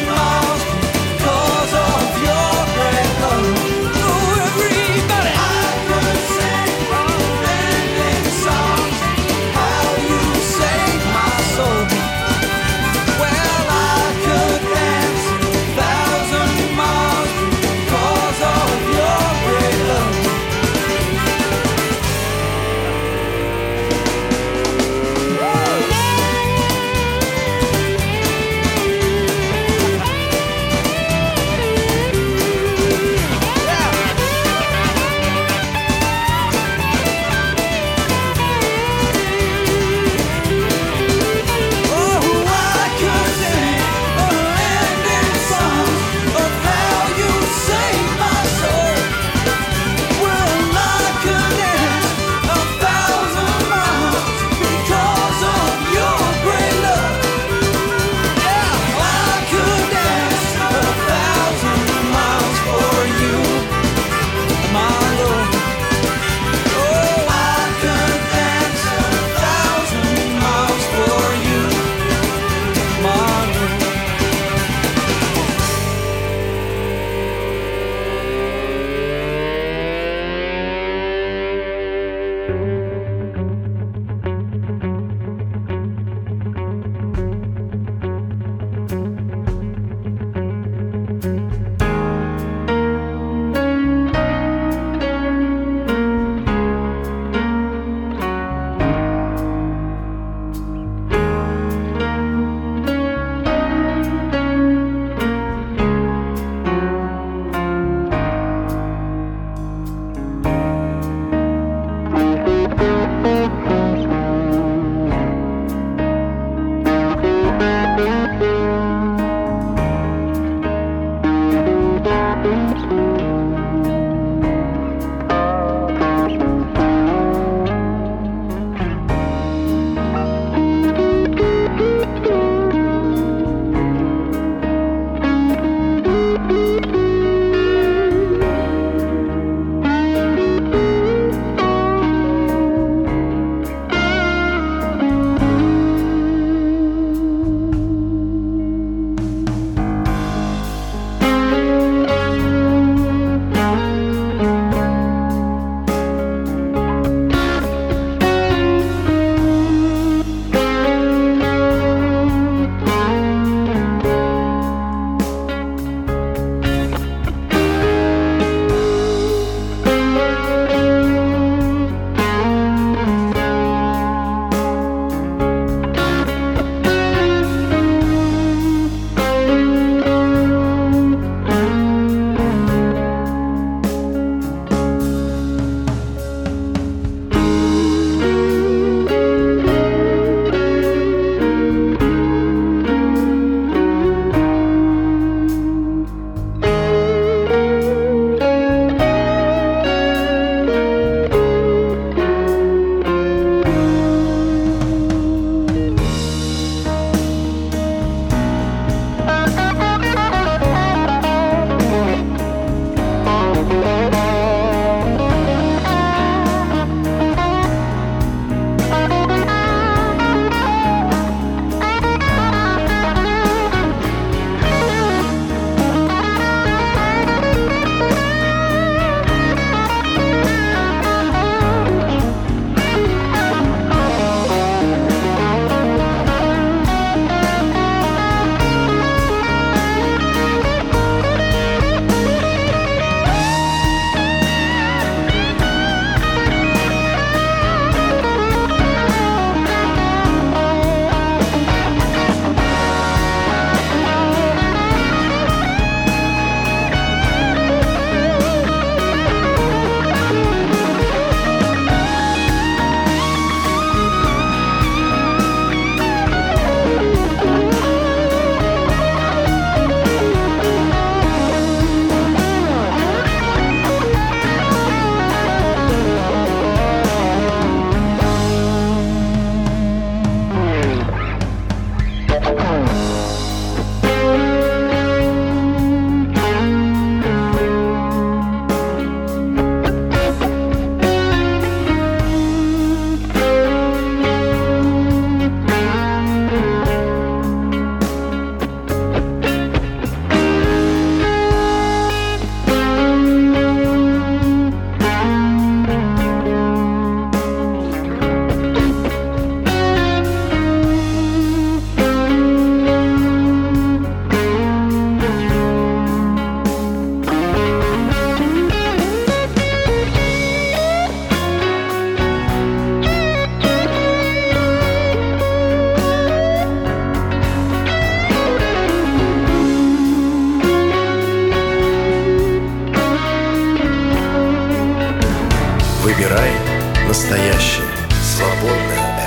Speaker 9: Выбирай настоящее. Свободное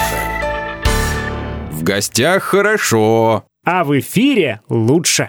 Speaker 9: FM.
Speaker 2: В гостях хорошо.
Speaker 3: А в эфире лучше.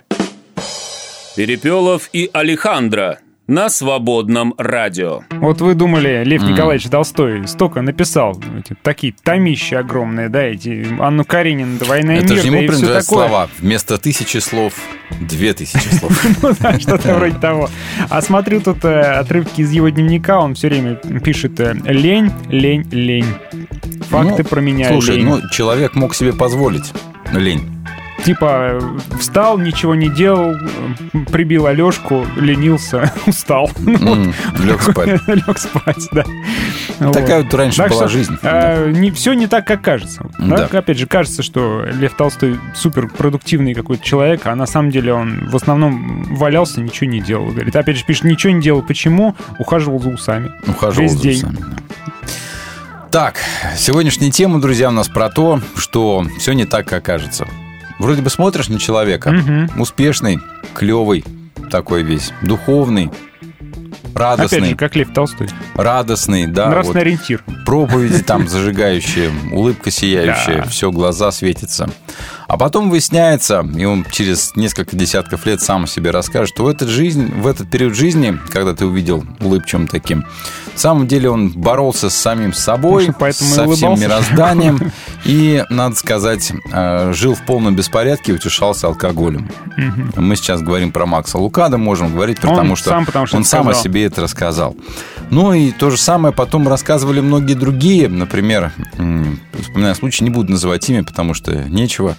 Speaker 4: Перепелов и Алехандро на Свободном радио.
Speaker 3: Вот вы думали, Лев Николаевич Толстой столько написал, такие томища огромные, да, эти Анну Каренину, «Война и мир»,
Speaker 2: это же ему
Speaker 3: да,
Speaker 2: принадлежат слова. Вместо 1000 слов 2000 слов.
Speaker 3: Ну да, что-то вроде того. А смотрю тут отрывки из его дневника, он все время пишет «лень, лень, лень». Факты про меня лень.
Speaker 2: Слушай, человек мог себе позволить лень.
Speaker 3: Типа встал, ничего не делал, прибил Алешку, ленился, устал.
Speaker 2: Лег спать.
Speaker 3: Лег спать, да.
Speaker 2: Такая вот раньше была жизнь.
Speaker 3: Все не так, как кажется. Опять же, кажется, что Лев Толстой суперпродуктивный какой-то человек, а на самом деле он в основном валялся, ничего не делал. Говорит, опять же, пишет, ничего не делал. Почему? Ухаживал за усами.
Speaker 2: Ухаживал за усами, да. Так, сегодняшняя тема, друзья, у нас про то, что все не так, как кажется. Вроде бы смотришь на человека, успешный, клевый такой весь, духовный, радостный.
Speaker 3: Опять же, как Лев Толстой.
Speaker 2: Радостный, да.
Speaker 3: Нравственный ориентир.
Speaker 2: Проповеди там зажигающие, улыбка сияющая, все, глаза светятся. А потом выясняется, и он через несколько десятков лет сам о себе расскажет, что в этот период жизни, когда ты увидел улыбчивым таким, на самом деле он боролся с самим собой, со всем мирозданием и, надо сказать, жил в полном беспорядке и утешался алкоголем. Мы сейчас говорим про Макса Лукада, можем говорить, потому что он сам о себе это рассказал. Ну и то же самое потом рассказывали многие другие. Например, вспоминая случай, не буду называть имя, потому что нечего.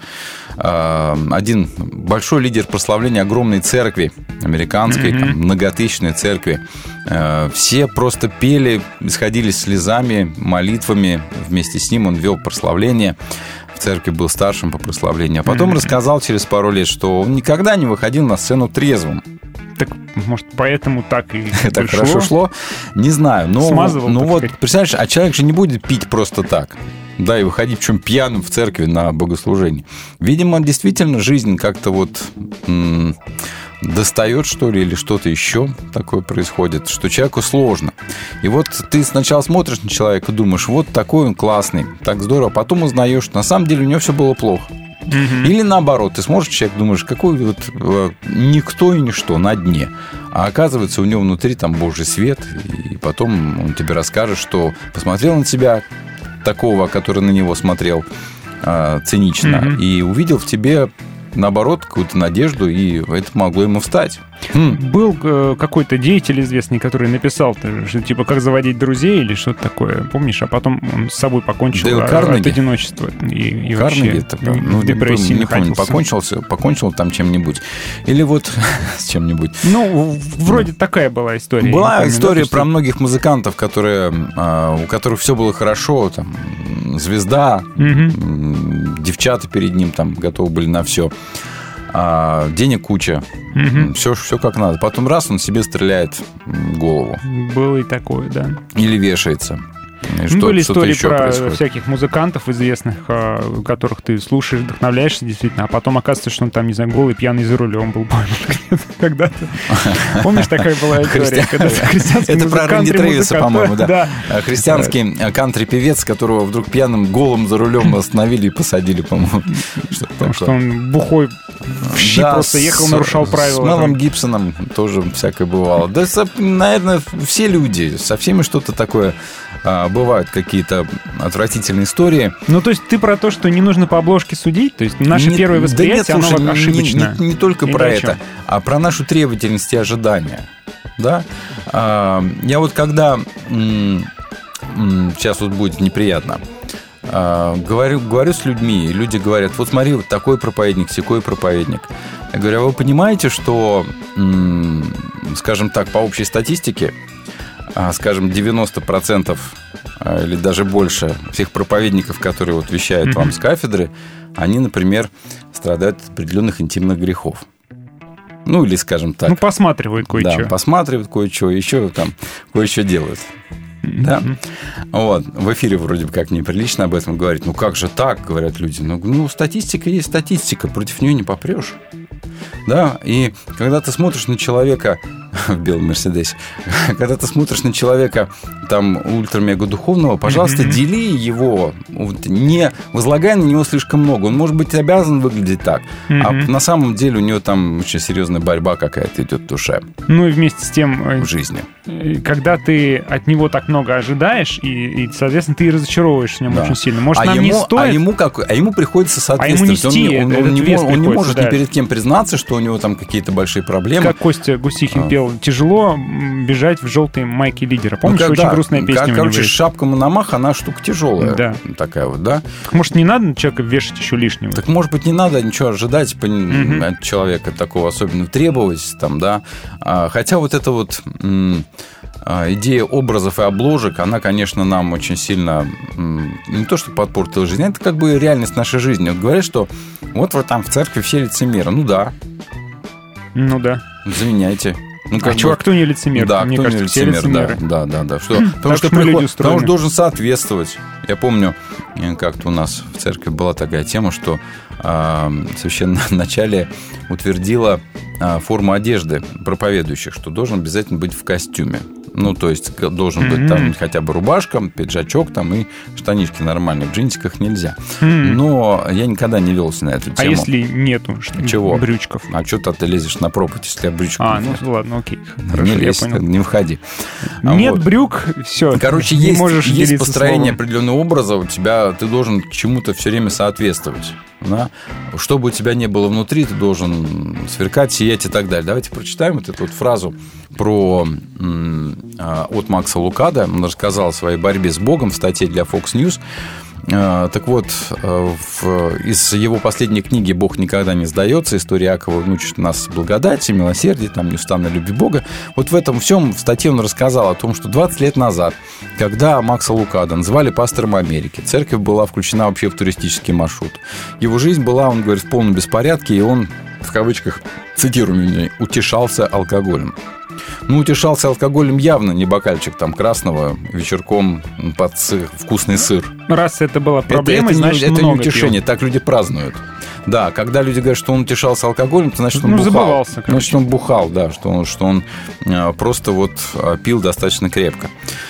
Speaker 2: Один большой лидер прославления огромной церкви, американской, многотысячной церкви. Все просто пели, исходились слезами, молитвами. Вместе с ним он вел прославление. В церкви был старшим по прославлению. А потом рассказал через пару лет, что он никогда не выходил на сцену трезвым.
Speaker 3: Так, может, поэтому так и
Speaker 2: так хорошо шло? Не знаю.
Speaker 3: Смазывал,
Speaker 2: ну вот, представляешь, а человек же не будет пить просто так. Да, и выходить причем пьяным в церкви на богослужение. Видимо, действительно жизнь как-то вот достает, что ли, или что-то еще такое происходит, что человеку сложно. И вот ты сначала смотришь на человека и думаешь, вот такой он классный, так здорово, а потом узнаешь, что на самом деле у него все было плохо. Или наоборот, ты смотришь человек, думаешь, какой вот никто и ничто на дне. А оказывается, у него внутри там Божий свет, и потом он тебе расскажет, что посмотрел на тебя, такого, который на него смотрел цинично, и увидел в тебе, наоборот, какую-то надежду, и это могло ему встать.
Speaker 3: Был какой-то деятель известный, который написал, что типа как заводить друзей или что-то такое, помнишь? А потом он с собой покончил от одиночества и вообще в депрессии
Speaker 2: не помню, покончил там чем-нибудь. Или вот с чем-нибудь.
Speaker 3: Ну, вроде такая была история.
Speaker 2: Была история про многих музыкантов, у которых все было хорошо, там, звезда, девчата перед ним там готовы были на все. Денег куча, все как надо. Потом раз, он себе стреляет в голову.
Speaker 3: Было и такое, да.
Speaker 2: Или вешается.
Speaker 3: Были истории про происходит. Всяких музыкантов известных, которых ты слушаешь, вдохновляешься действительно, а потом оказывается, что он там, не знаю, голый, пьяный за рулем был когда-то. Помнишь, такая была история?
Speaker 2: Это про Рэнди Трэвиса, по-моему, да. Христианский кантри-певец, которого вдруг пьяным голым за рулем остановили и посадили, по-моему.
Speaker 3: Потому что он бухой в щи просто ехал, нарушал правила.
Speaker 2: С Мелом Гибсоном тоже всякое бывало. Да, наверное, все люди, со всеми что-то такое. Бывают какие-то отвратительные истории.
Speaker 3: Ну, то есть ты про то, что не нужно по обложке судить? То есть наше первое восприятие,
Speaker 2: да нет,
Speaker 3: оно ошибочно?
Speaker 2: Не только про это, а про нашу требовательность и ожидания. Да? Я вот когда... Сейчас вот будет неприятно. Говорю с людьми, и люди говорят, вот смотри, вот такой проповедник, сякой проповедник. Я говорю, а вы понимаете, что, скажем так, по общей статистике, скажем, 90% или даже больше всех проповедников, которые вот вещают вам с кафедры, они, например, страдают от определенных интимных грехов. Ну, или, скажем так...
Speaker 3: Ну, посматривают кое-что.
Speaker 2: Да, посматривают кое-что, еще там кое-что делают. Да? Вот. В эфире вроде бы как неприлично об этом говорить. Ну, как же так, говорят люди. Ну, статистика есть статистика, против нее не попрешь. Да, и когда ты смотришь на человека в белом Мерседесе, когда ты смотришь на человека там ультра-мега-духовного, пожалуйста, дели его, не возлагай на него слишком много. Он, может быть, обязан выглядеть так, а на самом деле у него там очень серьезная борьба какая-то идет в душе.
Speaker 3: Ну и вместе с тем...
Speaker 2: В жизни.
Speaker 3: Когда ты от него так много ожидаешь, и соответственно, ты разочаровываешься в нем очень сильно. Может, нам не стоит...
Speaker 2: А ему приходится соответствовать. Он не может ни перед кем признаться, что у него там какие-то большие проблемы.
Speaker 3: Как Костя Гусихин пел, тяжело бежать в желтой майке лидера. Помнишь, очень грустная песня у него есть?
Speaker 2: Шапка Мономах, она штука тяжелая. Да. Такая вот, да?
Speaker 3: Так, может, не надо человека вешать еще лишнего?
Speaker 2: Так, может быть, не надо ничего ожидать от человека такого, особенно требовать, там, да. Хотя вот эта вот идея образов и обложек, она, конечно, нам очень сильно не то, что подпортила жизнь, это как бы реальность нашей жизни. Вот говорят, что вот там в церкви все лицемеры. Ну да. Заменяйте.
Speaker 3: Кто не лицемер?
Speaker 2: Да, мне кажется, все лицемеры. Да. Потому что должен соответствовать. Я помню, как-то у нас в церкви была такая тема, что священноначалие утвердила форму одежды проповедующих, что должен обязательно быть в костюме. Ну, то есть, должен быть там хотя бы рубашка, пиджачок там и штанишки нормальные. В джинсиках нельзя. Но я никогда не велся на эту тему.
Speaker 3: А если нету брючков?
Speaker 2: А что ты лезешь на проповедь, если я брючков нет?
Speaker 3: Ну ладно, окей.
Speaker 2: Хорошо, не лезь, не входи.
Speaker 3: Нет брюк, все.
Speaker 2: Короче, есть построение определенного образа, у тебя ты должен к чему-то все время соответствовать. Да? Что бы у тебя ни было внутри, ты должен сверкать, сиять и так далее. Давайте прочитаем вот эту вот фразу от Макса Лукада. Он рассказал о своей борьбе с Богом в статье для Fox News. Так вот, из его последней книги «Бог никогда не сдается», история Иакова учит нас благодати, милосердия, там, неустанной любви Бога. Вот в этом всем в статье он рассказал о том, что 20 лет назад, когда Макса Лукада называли пастором Америки, церковь была включена вообще в туристический маршрут. Его жизнь была, он говорит, в полном беспорядке, и он, в кавычках, цитирую меня, утешался алкоголем. Ну, утешался алкоголем явно, не бокальчик там красного вечерком под вкусный сыр.
Speaker 3: Раз это была проблема, значит,
Speaker 2: это
Speaker 3: много
Speaker 2: не утешение,
Speaker 3: пил.
Speaker 2: Так люди празднуют. Да, когда люди говорят, что он утешался алкоголем, то значит, он бухал.
Speaker 3: Забывался,
Speaker 2: значит, он бухал, да, что он просто вот пил достаточно крепко.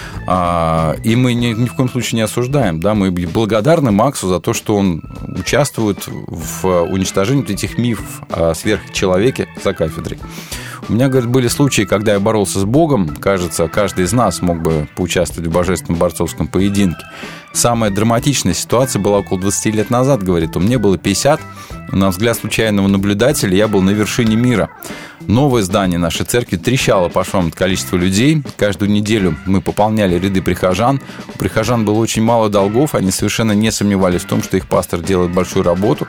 Speaker 2: И мы ни в коем случае не осуждаем, да, мы благодарны Максу за то, что он участвует в уничтожении этих мифов о сверхчеловеке за кафедрой. У меня, говорит, были случаи, когда я боролся с Богом. Кажется, каждый из нас мог бы поучаствовать в божественном борцовском поединке. Самая драматичная ситуация была около 20 лет назад, говорит он. Мне было 50. На взгляд случайного наблюдателя я был на вершине мира. Новое здание нашей церкви трещало по швам от количества людей. Каждую неделю мы пополняли ряды прихожан. У прихожан было очень мало долгов. Они совершенно не сомневались в том, что их пастор делает большую работу.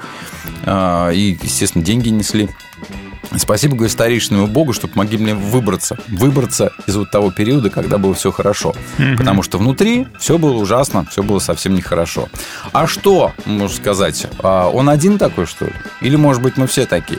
Speaker 2: И, естественно, деньги несли. Спасибо, говорю, старейшинному Богу, что помогли мне выбраться из вот того периода, когда было все хорошо. Потому что внутри все было ужасно, все было совсем нехорошо. А что, можно сказать, он один такой, что ли? Или, может быть, мы все такие?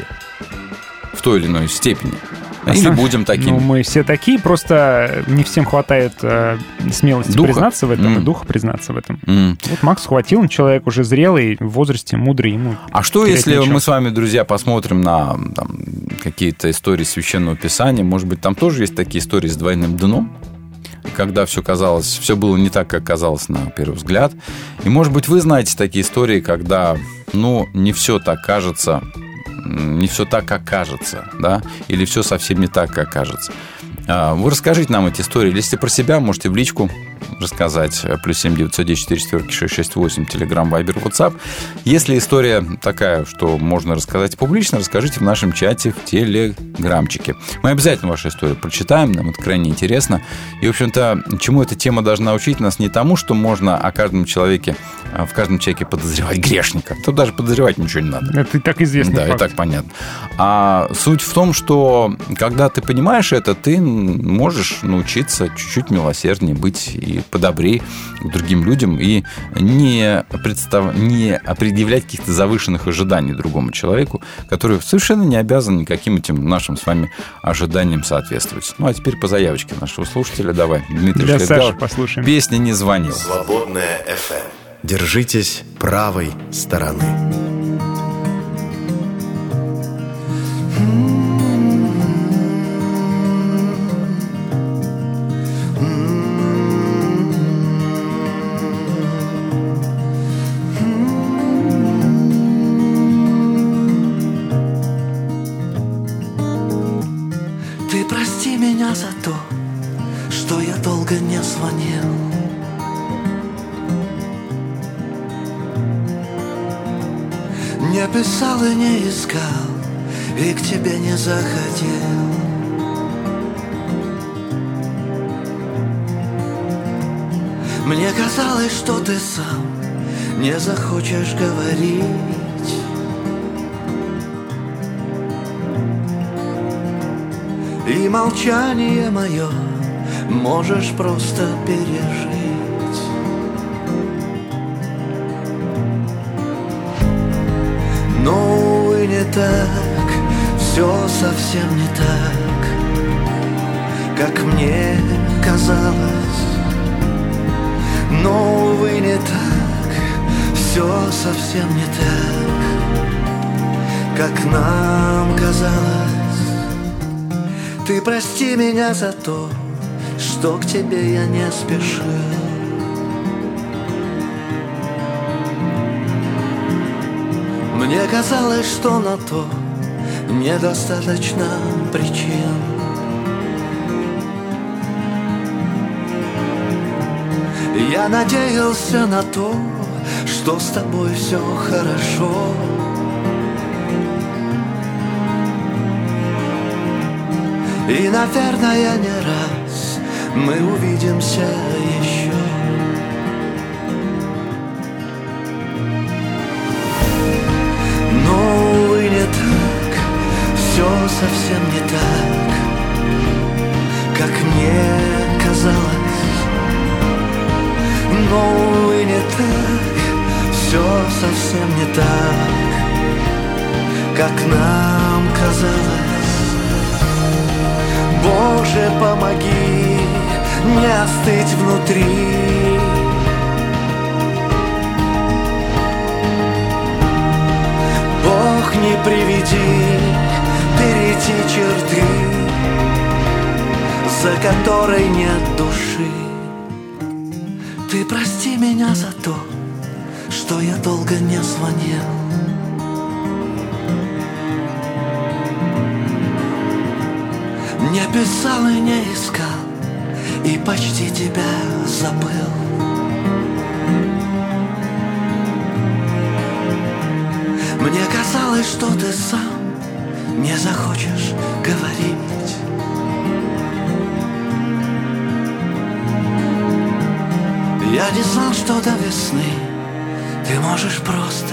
Speaker 2: В той или иной степени. Или будем такими.
Speaker 3: Ну, мы все такие, просто не всем хватает смелости признаться в этом, и духа признаться в этом. Вот Макс хватил, он человек уже зрелый, в возрасте, мудрый, ему.
Speaker 2: А что, если мы с вами, друзья, посмотрим на там, какие-то истории Священного Писания? Может быть, там тоже есть такие истории с двойным дном? Когда все было не так, как казалось на первый взгляд. И, может быть, вы знаете такие истории, когда, не все так кажется, не все так, как кажется, да, или все совсем не так, как кажется. Вы расскажите нам эти истории. Если про себя, можете в личку рассказать. +7 910 44 668, Telegram, Viber, WhatsApp. Если история такая, что можно рассказать публично, расскажите в нашем чате в Телеграмчике. Мы обязательно вашу историю прочитаем, нам это крайне интересно. И, в общем-то, чему эта тема должна учить нас? Не тому, что можно в каждом человеке подозревать грешника. Тут даже подозревать ничего не надо.
Speaker 3: Это и так известно.
Speaker 2: Да, и так понятно. А суть в том, что когда ты понимаешь это, ты можешь научиться чуть-чуть милосерднее быть и подобрее к другим людям и не предъявлять каких-то завышенных ожиданий другому человеку, который совершенно не обязан никаким этим нашим с вами ожиданиям соответствовать. Ну, а теперь по заявочке нашего слушателя. Давай, Дмитрий Шлегал.
Speaker 3: Послушаем.
Speaker 2: Песня «Не звонил».
Speaker 9: Свободная FM. Держитесь правой стороны.
Speaker 6: долго не звонил. Не писал и не искал, и к тебе не заходил. Мне казалось, что ты сам не захочешь говорить. И молчание мое можешь просто пережить. Но, увы, не так, все совсем не так, как мне казалось. Но, увы, не так, все совсем не так, как нам казалось. Ты прости меня за то, что к тебе я не спешил. Мне казалось, что на то недостаточно причин. Я надеялся на то, что с тобой все хорошо. И, наверное, не раз мы увидимся еще. Но, увы, не так, все совсем не так, как мне казалось. Но, увы, не так, все совсем не так, как нам казалось. Боже, помоги не остыть внутри. Бог, не приведи перейти черты, за которой нет души. Ты прости меня за то, что я долго не звонил. Не писал и не искал, и почти тебя забыл. Мне казалось, что ты сам не захочешь говорить. Я не знал, что до весны ты можешь просто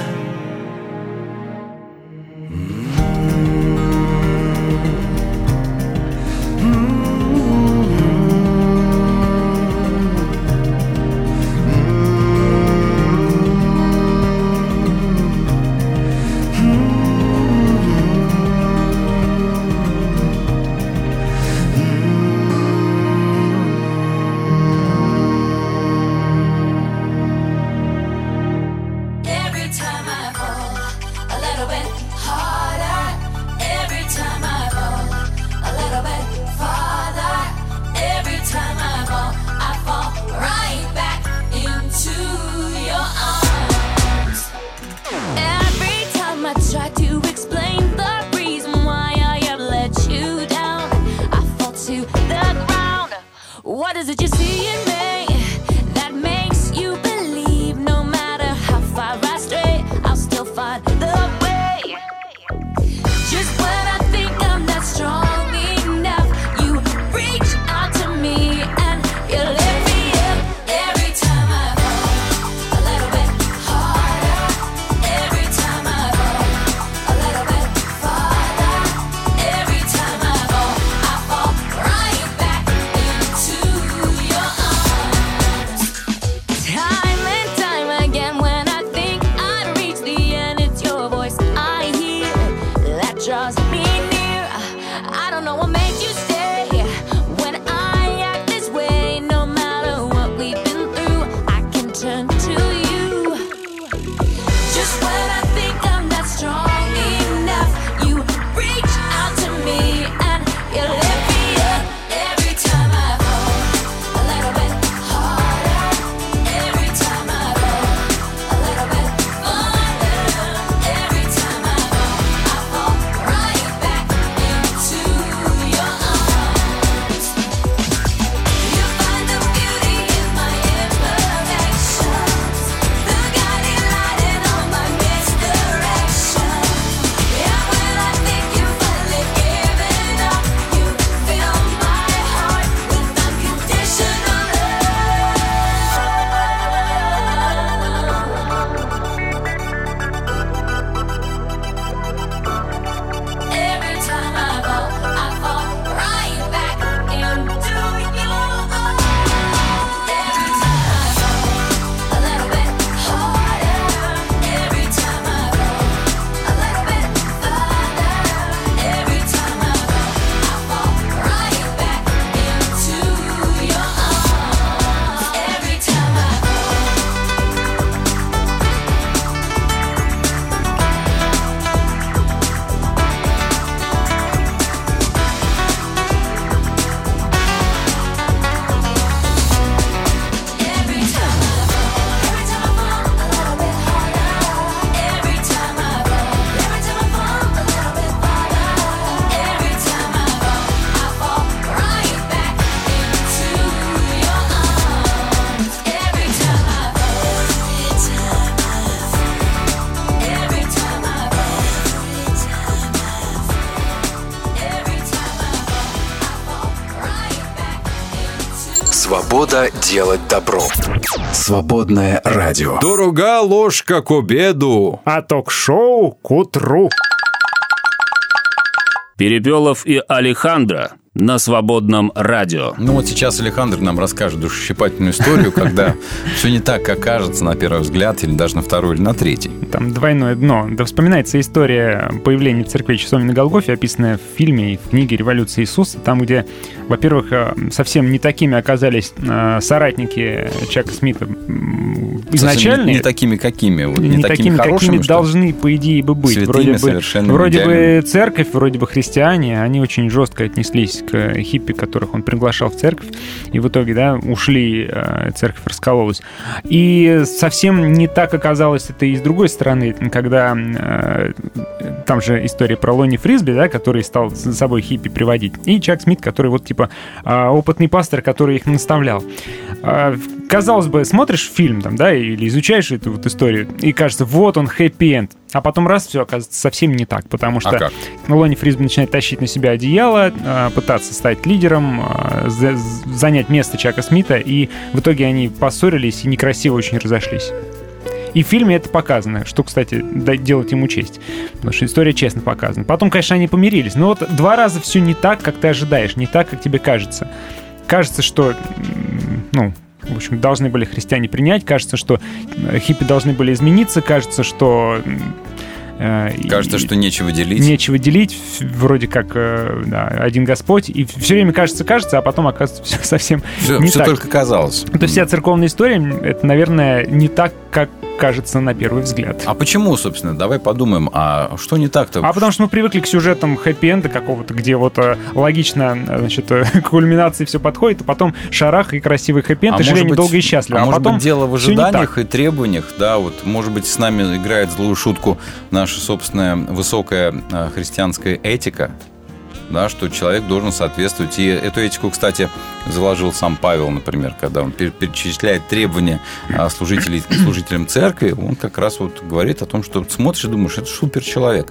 Speaker 1: Свобода делать добро. Свободное радио.
Speaker 2: Дорога ложка к обеду.
Speaker 3: А ток-шоу к утру.
Speaker 4: Перепелов и Алехандро на Свободном радио.
Speaker 2: Ну вот сейчас Алехандро нам расскажет душещипательную историю, когда все не так, как кажется на первый взгляд, или даже на второй, или на третий.
Speaker 3: Там двойное дно. Да вспоминается история появления церкви часовни на Голгофе, описанная в фильме и в книге «Революция Иисуса», там, где, во-первых, совсем не такими оказались соратники Чака Смита изначально.
Speaker 2: Не такими, какими. Вот,
Speaker 3: не такими, какими должны, по идее, бы быть.
Speaker 2: Святыми,
Speaker 3: вроде бы церковь, вроде бы христиане, они очень жестко отнеслись к хиппи, которых он приглашал в церковь, и в итоге, да, ушли, церковь раскололась. И совсем не так оказалось это и с другой стороны, когда там же история про Лонни Фрисби, да, который стал за собой хиппи приводить, и Чак Смит, который вот типа опытный пастор, который их наставлял. Казалось бы, смотришь фильм там, да, или изучаешь эту вот историю, и кажется, вот он, хэппи-энд. А потом раз, все оказывается совсем не так, потому что Лонни Фрисби начинает тащить на себя одеяло, пытаться стать лидером, занять место Чака Смита, и в итоге они поссорились и некрасиво очень разошлись. И в фильме это показано, что, кстати, делать ему честь, потому что история честно показана. Потом, конечно, они помирились, но вот 2 раза все не так, как ты ожидаешь, не так, как тебе кажется. Кажется, что, в общем, должны были христиане принять, кажется, что хиппи должны были измениться, кажется, что...
Speaker 2: Кажется, что нечего делить.
Speaker 3: Нечего делить, вроде как один Господь. И все время кажется, а потом оказывается все совсем не
Speaker 2: все
Speaker 3: так.
Speaker 2: Только казалось.
Speaker 3: То есть вся церковная история, это, наверное, не так, как кажется на первый взгляд.
Speaker 2: А почему, собственно? Давай подумаем, а что не так-то?
Speaker 3: А потому что мы привыкли к сюжетам хэппи-энда какого-то, где вот логично, значит, к кульминации все подходит, а потом шарах и красивый хэппи-энд, и живение долго и счастливо.
Speaker 2: А может быть, дело в ожиданиях и требованиях, да, вот, может быть, с нами играет злую шутку наша собственная высокая христианская этика, да, что человек должен соответствовать. И эту этику, кстати, заложил сам Павел, например, когда он перечисляет требования служителям церкви, он как раз вот говорит о том, что смотришь и думаешь, это суперчеловек.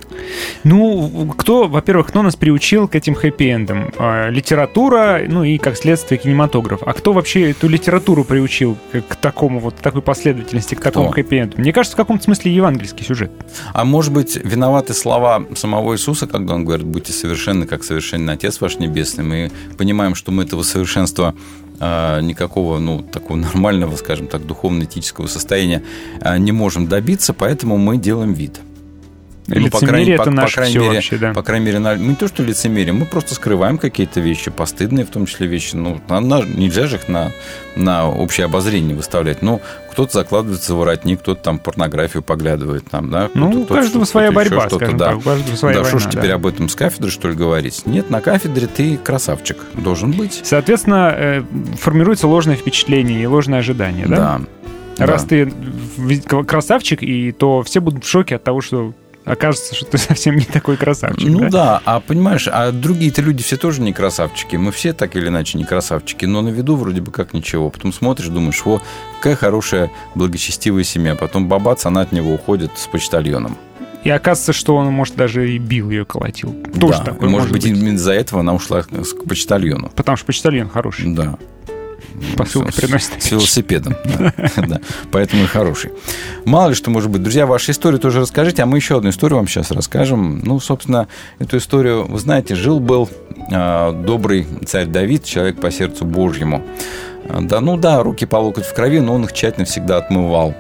Speaker 3: Во-первых, кто нас приучил к этим хэппи-эндам? Литература, и, как следствие, кинематограф. А кто вообще эту литературу приучил к такому вот, такой последовательности, к такому хэппи-энду? Мне кажется, в каком-то смысле евангельский сюжет.
Speaker 2: А может быть, виноваты слова самого Иисуса, когда он говорит, будьте совершенны, как совершенный Отец ваш Небесный. Мы понимаем, что мы этого совершенства никакого, такого нормального, скажем так, духовно-этического состояния не можем добиться, поэтому мы делаем вид.
Speaker 3: Лицемерие это наше все вообще, да.
Speaker 2: По крайней мере, мы не то, что лицемерие, мы просто скрываем какие-то вещи, постыдные в том числе вещи. Нельзя же их на общее обозрение выставлять. Кто-то закладывается за воротник, кто-то там порнографию поглядывает. Там, да?
Speaker 3: У каждого своя борьба, скажем так. У каждого своя война,
Speaker 2: что ж теперь об этом с кафедры, что ли, говорить? Нет, на кафедре ты красавчик должен быть.
Speaker 3: Соответственно, формируется ложное впечатление и ложное ожидание, да?
Speaker 2: Да.
Speaker 3: Раз ты красавчик, то все будут в шоке от того, что окажется, что ты совсем не такой красавчик.
Speaker 2: Понимаешь, другие-то люди все тоже не красавчики. Мы все так или иначе не красавчики, но на виду вроде бы как ничего. Потом смотришь, думаешь, какая хорошая, благочестивая семья. Потом бабац, она от него уходит с почтальоном.
Speaker 3: И оказывается, что он, может, даже и бил ее, колотил. Тоже такое
Speaker 2: может быть, именно из-за этого она ушла к почтальону.
Speaker 3: Потому что почтальон хороший.
Speaker 2: Да.
Speaker 3: Посылки приносит.
Speaker 2: С велосипедом. Да. Поэтому и хороший. Мало ли что может быть. Друзья, ваши истории тоже расскажите, а мы еще одну историю вам сейчас расскажем. Собственно, эту историю, вы знаете, жил-был добрый царь Давид, человек по сердцу Божьему. Руки по локоть в крови, но он их тщательно всегда отмывал.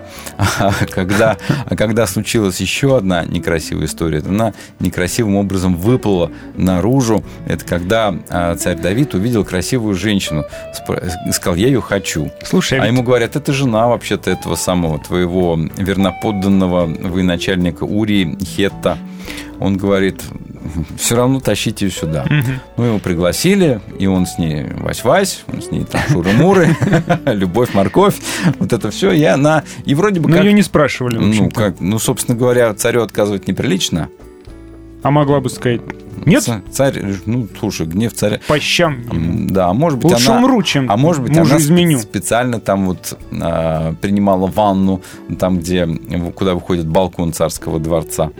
Speaker 2: Когда случилась еще одна некрасивая история, она некрасивым образом выплыла наружу. Это когда царь Давид увидел красивую женщину, сказал, я ее хочу.
Speaker 3: Слушай,
Speaker 2: ему говорят, это жена вообще-то этого самого твоего верноподданного военачальника Урии Хетта. Он говорит, все равно тащите ее сюда. Его пригласили, и он с ней вась-вась, он с ней там шуры-муры, любовь, морковь, вот это все. И вроде бы
Speaker 3: ее не спрашивали.
Speaker 2: Собственно говоря, царю отказывать неприлично.
Speaker 3: А могла бы сказать, нет?
Speaker 2: Царь, слушай, гнев царя...
Speaker 3: По щам.
Speaker 2: Да, может быть,
Speaker 3: лучше умру, чем
Speaker 2: может быть,
Speaker 3: мужа изменю.
Speaker 2: Специально там принимала ванну, там, куда выходит балкон царского дворца.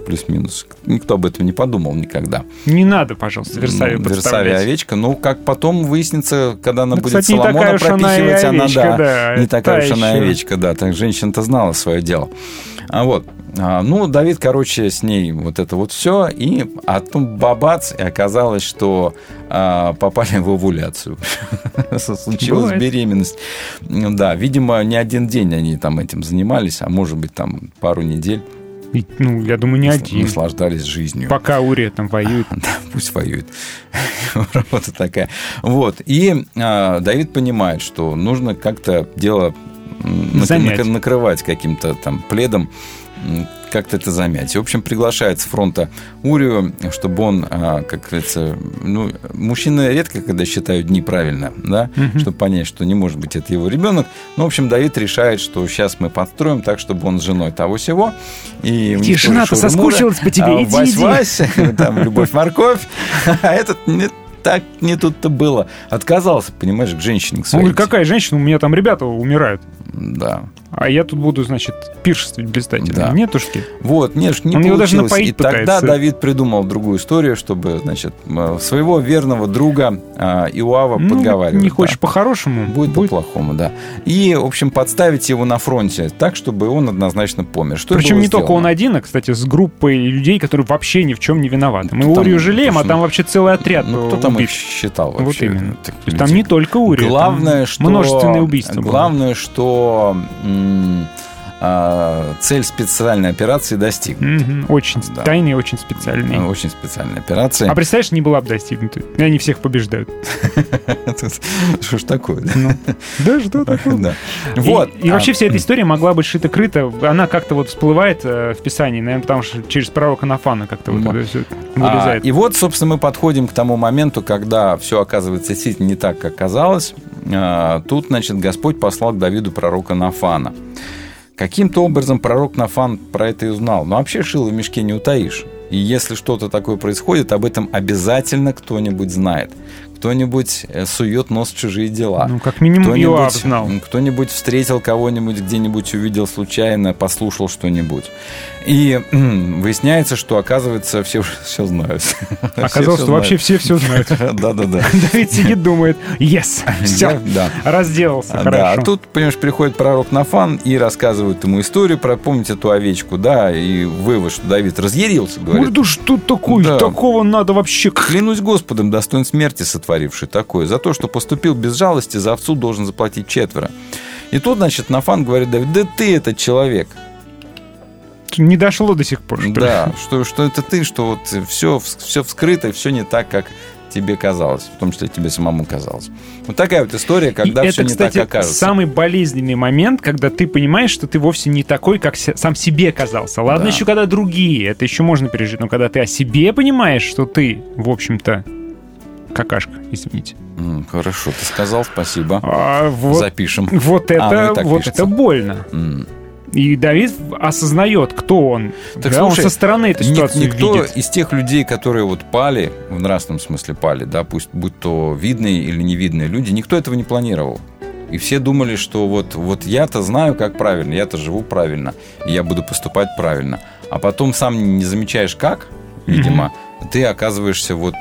Speaker 2: плюс-минус. Никто об этом не подумал никогда.
Speaker 3: Не надо, пожалуйста, Версавию подставлять.
Speaker 2: Версавия овечка. Ну, как потом выяснится, когда она будет
Speaker 3: кстати,
Speaker 2: Соломона пропихивать, она,
Speaker 3: да,
Speaker 2: не такая уж она овечка, да. Так женщина-то знала свое дело. Ну, Давид, короче, с ней вот это вот все, и потом бабац, и оказалось, что попали в овуляцию. Случилась беременность. Да, видимо, не один день они там этим занимались, а может быть, там пару недель.
Speaker 3: Ну, я думаю, не один.
Speaker 2: Наслаждались жизнью.
Speaker 3: Пока Урия там воюет.
Speaker 2: Да, пусть воюет. Работа такая. Вот. И Давид понимает, что нужно как-то дело накрывать каким-то там пледом, как-то это замять. И, в общем, приглашает с фронта Урию, чтобы он, как говорится, ну, мужчины редко когда считают дни правильно, да, чтобы понять, что не может быть это его ребенок. Ну, в общем, Давид решает, что сейчас мы подстроим так, чтобы он с женой того-сего. И
Speaker 3: жена-то соскучилась по тебе, иди.
Speaker 2: Вась-Вась, там, любовь-морковь. А этот так не тут-то было. Отказался, понимаешь, к женщине.
Speaker 3: Он говорит, какая женщина? У меня там ребята умирают.
Speaker 2: Да.
Speaker 3: А я тут буду, значит, пиршествовать блистательно.
Speaker 2: Да.
Speaker 3: Нетушки.
Speaker 2: Вот, не
Speaker 3: он
Speaker 2: получилось.
Speaker 3: его даже напоить
Speaker 2: и
Speaker 3: пытается.
Speaker 2: Тогда Давид придумал другую историю, чтобы, значит, своего верного друга Иоава подговаривать.
Speaker 3: Не хочешь по-хорошему?
Speaker 2: Будет по-плохому, да. И, в общем, подставить его на фронте так, чтобы он однозначно помер. Что
Speaker 3: причем не только он один, а, кстати, с группой людей, которые вообще ни в чем не виноваты. Мы
Speaker 2: там,
Speaker 3: Урию жалеем, а там вообще целый отряд.
Speaker 2: Ну, кто там их считал вообще?
Speaker 3: Вот именно. То есть там не только Урия.
Speaker 2: Главное, что...
Speaker 3: Множественные убийства.
Speaker 2: Главное, что... цель специальной операции достигнута.
Speaker 3: Очень тайные, очень специальные.
Speaker 2: Очень специальные операции.
Speaker 3: А представляешь, не была бы достигнута. И они всех побеждают.
Speaker 2: Что ж такое?
Speaker 3: Да, что такое?
Speaker 2: Вот.
Speaker 3: И вообще вся эта история могла быть шито-крыто. Она как-то вот всплывает в Писании, наверное, потому что через пророка Нафана как-то вот это все вылезает.
Speaker 2: И вот, собственно, мы подходим к тому моменту, когда все оказывается действительно не так, как казалось. Тут, значит, Господь послал к Давиду пророка Нафана. Каким-то образом пророк Нафан про это и узнал. Но вообще шило в мешке не утаишь. И если что-то такое происходит, об этом обязательно кто-нибудь знает. Кто-нибудь сует нос в чужие дела.
Speaker 3: Ну, как минимум, Иоав знал.
Speaker 2: Кто-нибудь встретил кого-нибудь, где-нибудь увидел случайно, послушал что-нибудь. И выясняется, что, оказывается, все знают.
Speaker 3: Оказалось, что вообще все знают.
Speaker 2: Да-да-да.
Speaker 3: Давид сидит, думает, yes, все, разделался, хорошо.
Speaker 2: А тут, понимаешь, приходит пророк Нафан и рассказывает ему историю про, помните, эту овечку, да, и вывод, что Давид разъярился, говорит.
Speaker 3: Да что такое? Такого надо вообще...
Speaker 2: Клянусь Господом, достоин смерти сотворивший такое. За то, что поступил без жалости, за овцу должен заплатить 4. И тут, значит, Нафан говорит Давид, да ты этот человек.
Speaker 3: Не дошло до сих пор, что ли?
Speaker 2: Да, что это ты, что вот все вскрыто, все не так, как тебе казалось, в том числе тебе самому казалось. Вот такая вот история, когда все не так окажется.
Speaker 3: Это, кстати, самый болезненный момент, когда ты понимаешь, что ты вовсе не такой, как сам себе казался. Ладно, еще когда другие, это еще можно пережить, но когда ты о себе понимаешь, что ты, в общем-то, какашка, извините.
Speaker 2: Хорошо, ты сказал, спасибо. Запишем.
Speaker 3: Вот это больно. И Давид осознает, кто он.
Speaker 2: Так, слушай,
Speaker 3: он со стороны эту ситуацию
Speaker 2: никто
Speaker 3: видит.
Speaker 2: Из тех людей, которые вот пали, в нравственном смысле пали, да, пусть будь то видные или невидные люди, никто этого не планировал. И все думали, что вот я-то знаю, как правильно, я-то живу правильно, и я буду поступать правильно. А потом сам не замечаешь, как, видимо, ты оказываешься вот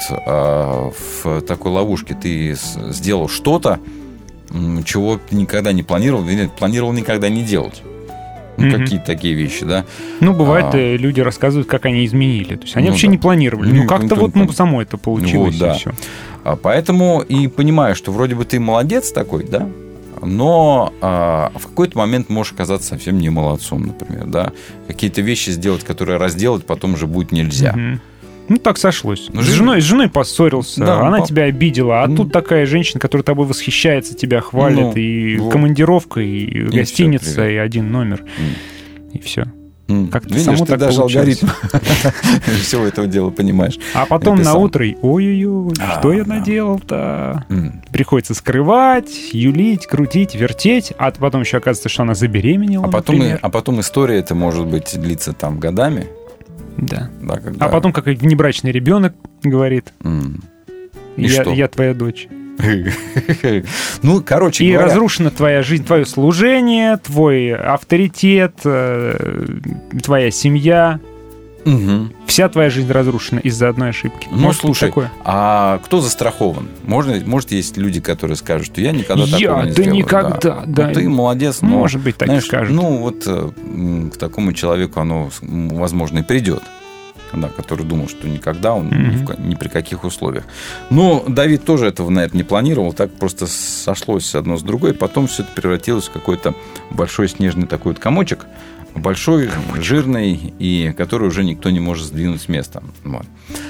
Speaker 2: в такой ловушке. Ты сделал что-то, чего никогда не планировал, или планировал никогда не делать. Какие-то такие вещи, да?
Speaker 3: Ну, бывает, люди рассказывают, как они изменили. То есть они вообще не планировали. Ну, как-то само это получилось.
Speaker 2: Вот, да.
Speaker 3: И все.
Speaker 2: Поэтому и понимаешь, что вроде бы ты молодец такой, да? Но в какой-то момент можешь оказаться совсем не молодцом, например, да? Какие-то вещи сделать, которые разделать потом уже будет нельзя.
Speaker 3: Ну, так сошлось. С женой поссорился, да, она тебя обидела, а тут такая женщина, которая тобой восхищается, тебя хвалит, и командировка, и гостиница, и один номер, и все.
Speaker 2: Как-то видишь, ты даже алгоритм всего этого дела понимаешь.
Speaker 3: А потом на утро, ой-ой-ой, что я наделал-то? Приходится скрывать, юлить, крутить, вертеть, а потом еще оказывается, что она забеременела.
Speaker 2: А потом история это может быть длиться там годами.
Speaker 3: Да. А потом, как внебрачный ребенок говорит, я твоя дочь.
Speaker 2: Ну, короче
Speaker 3: говоря... И разрушена твоя жизнь, твое служение, твой авторитет, твоя семья. Вся твоя жизнь разрушена из-за одной ошибки.
Speaker 2: Ну, слушай, а кто застрахован? Может, есть люди, которые скажут, что я никогда такого не сделаю.
Speaker 3: Никогда, да.
Speaker 2: Ну, ты молодец, но...
Speaker 3: Может быть, так и скажут.
Speaker 2: Ну, вот к такому человеку оно, возможно, и придет. Да, который думал, что никогда, он ни при каких условиях. Но Давид тоже этого, наверное, не планировал. Так просто сошлось одно с другой. Потом все это превратилось в какой-то большой снежный такой вот комочек. Большой, жирный, и который уже никто не может сдвинуть с места. Вот.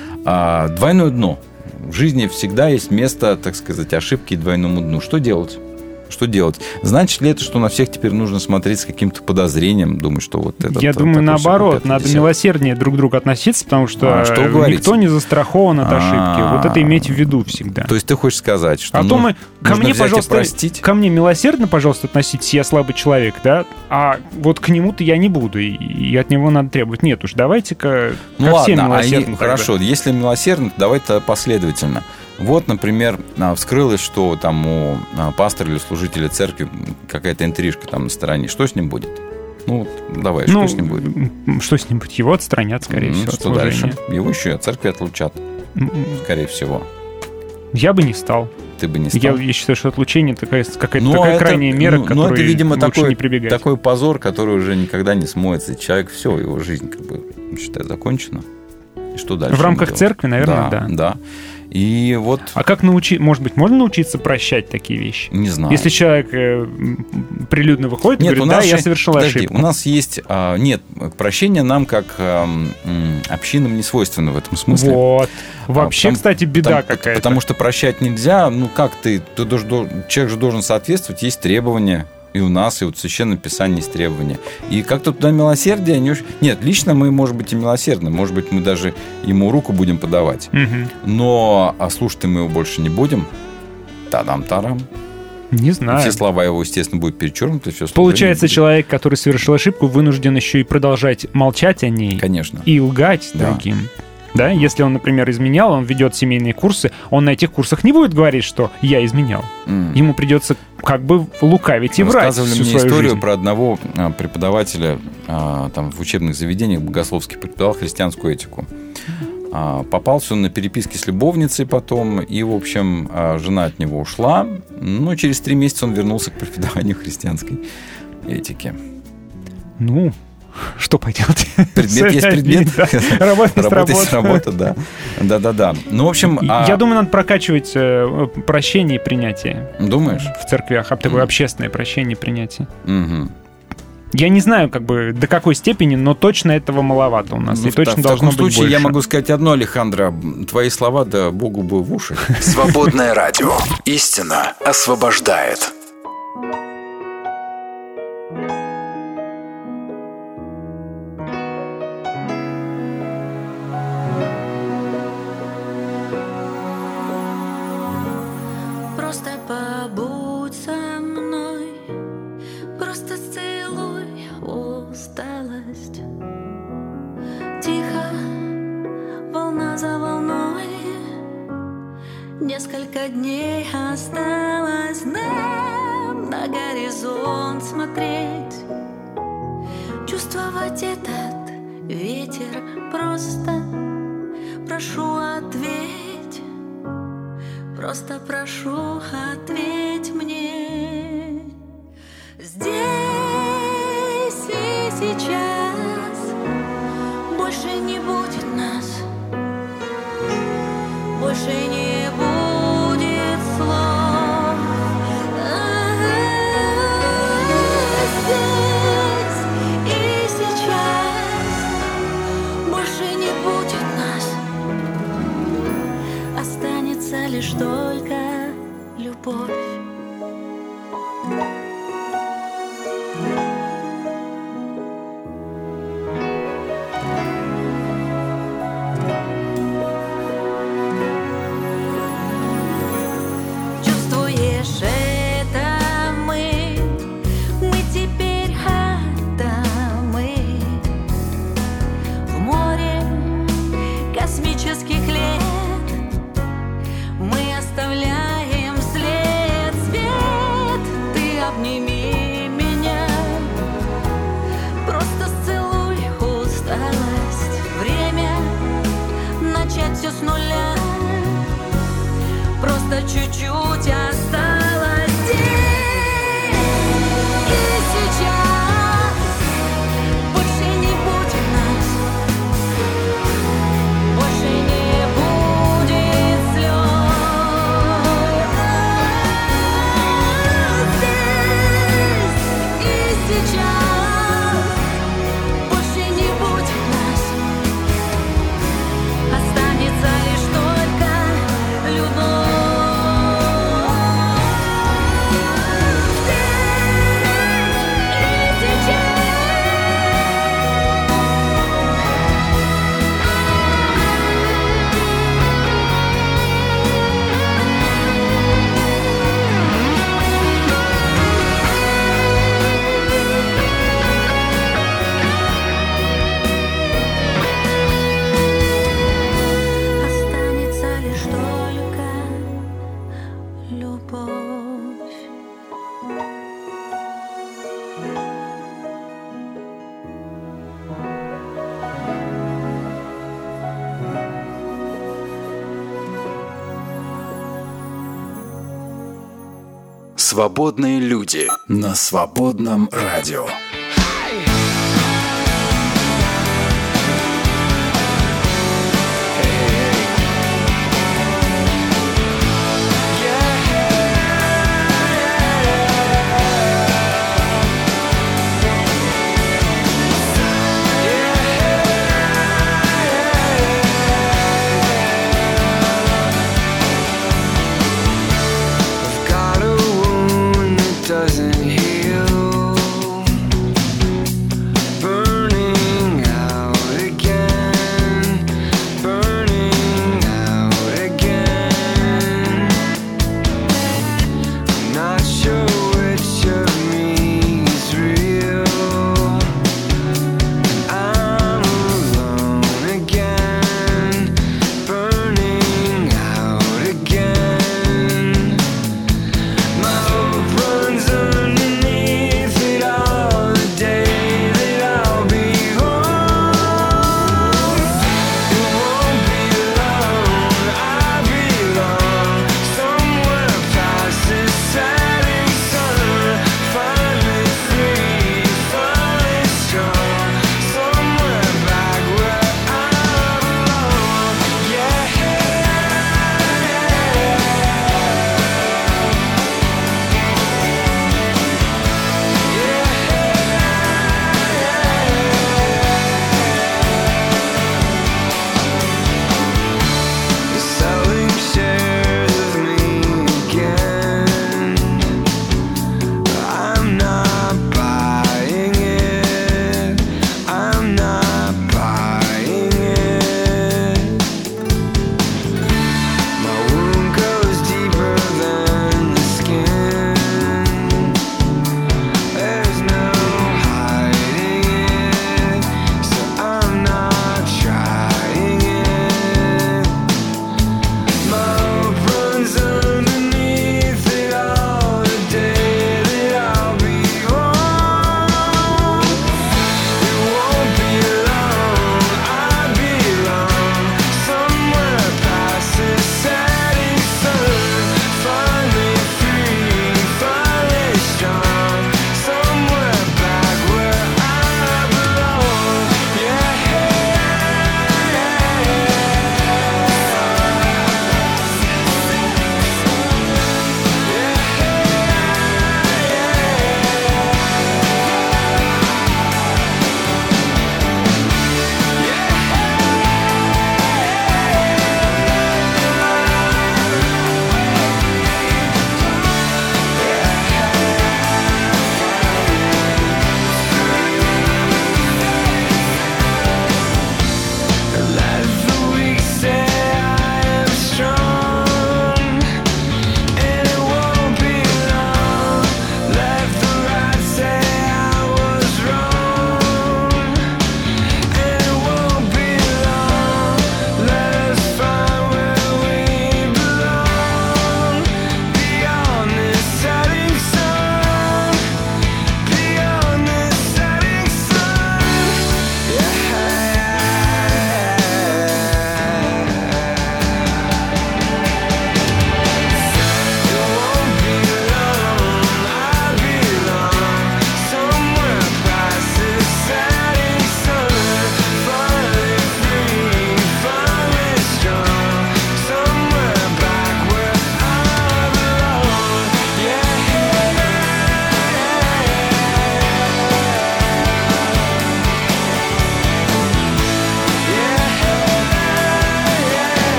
Speaker 2: Двойное дно. В жизни всегда есть место, так сказать, ошибки и двойному дну. Что делать? Что делать? Значит ли это, что на всех теперь нужно смотреть с каким-то подозрением, думать, что вот это...
Speaker 3: Я думаю, наоборот, надо милосерднее друг к другу относиться, потому что никто не застрахован от ошибки. Вот это иметь в виду всегда.
Speaker 2: То есть ты хочешь сказать, что
Speaker 3: нужно взять и простить? Ко мне милосердно, пожалуйста, относитесь, я слабый человек, да? А вот к нему-то я не буду, и от него надо требовать. Нет уж, давайте-ка ко всем милосердно.
Speaker 2: Хорошо, если милосердно, давай-то последовательно. Вот, например, вскрылось, что там у пастора или служителя церкви какая-то интрижка там на стороне. Что с ним будет? Ну, давай, что с ним будет?
Speaker 3: Что с ним будет? Его отстранят, скорее всего,
Speaker 2: что дальше? Его еще от церкви отлучат, скорее всего.
Speaker 3: Я бы не стал.
Speaker 2: Ты бы не стал?
Speaker 3: Я считаю, что отлучение какая-то такая крайняя мера, к которой это, видимо, лучше не прибегать.
Speaker 2: Такой позор, который уже никогда не смоется. И человек, все, его жизнь, считай, закончена. И что дальше?
Speaker 3: В рамках церкви, наверное,
Speaker 2: да. И вот...
Speaker 3: А как может быть, можно научиться прощать такие вещи?
Speaker 2: Не знаю.
Speaker 3: Если человек прилюдно выходит и говорит, я совершил ошибку.
Speaker 2: У нас есть... Нет, прощение нам как общинам не свойственно в этом смысле.
Speaker 3: Вот. Вообще, кстати, беда какая-то.
Speaker 2: Потому что прощать нельзя. Ну, как человек же должен соответствовать, есть требования. И у нас, и вот в Священном Писании есть требования. И как-то туда милосердие не очень... Нет, лично мы, может быть, и милосердны. Может быть, мы даже ему руку будем подавать. Но слушать мы его больше не будем. Та-дам-тарам.
Speaker 3: Не знаю.
Speaker 2: Все слова его, естественно, будут перечеркнуты.
Speaker 3: Получается, человек, который совершил ошибку, вынужден еще и продолжать молчать о ней.
Speaker 2: Конечно.
Speaker 3: И лгать другим. Да? Если он, например, изменял, он ведет семейные курсы, он на этих курсах не будет говорить, что я изменял. Ему придется как бы лукавить и врать всю свою жизнь. Рассказывали мне историю
Speaker 2: про одного преподавателя там, в учебных заведениях богословских, преподавал христианскую этику. Попался он на переписке с любовницей потом, и, в общем, жена от него ушла. Но через 3 месяца он вернулся к преподаванию христианской этики.
Speaker 3: Ну... Что поделать?
Speaker 2: Предмет есть предмет.
Speaker 3: Работа
Speaker 2: есть работа, да. Да. Ну, в общем...
Speaker 3: Я думаю, надо прокачивать прощение и принятие.
Speaker 2: Думаешь?
Speaker 3: В церквях. Такое общественное прощение и принятие. Я не знаю, до какой степени, но точно этого маловато у нас. И точно должно быть больше. В таком случае
Speaker 2: я могу сказать одно, Алехандро. Твои слова, да Богу бы в уши.
Speaker 1: Свободное радио. Истина освобождает.
Speaker 5: Несколько дней осталось нам на горизонт смотреть, чувствовать этот ветер просто. Прошу, ответь, просто прошу, ответь мне. Здесь и сейчас больше не будет нас, больше не будет слов. Здесь и сейчас больше не будет нас, останется лишь только любовь. все с нуля. Просто чуть-чуть осталось здесь и сейчас. Больше не будет нас, больше не будет слез. Здесь и сейчас больше не будет нас. Останется лишь только любовь. Останется лишь только любовь.
Speaker 1: Свободные люди на свободном радио.
Speaker 6: Got a wound that doesn't heal.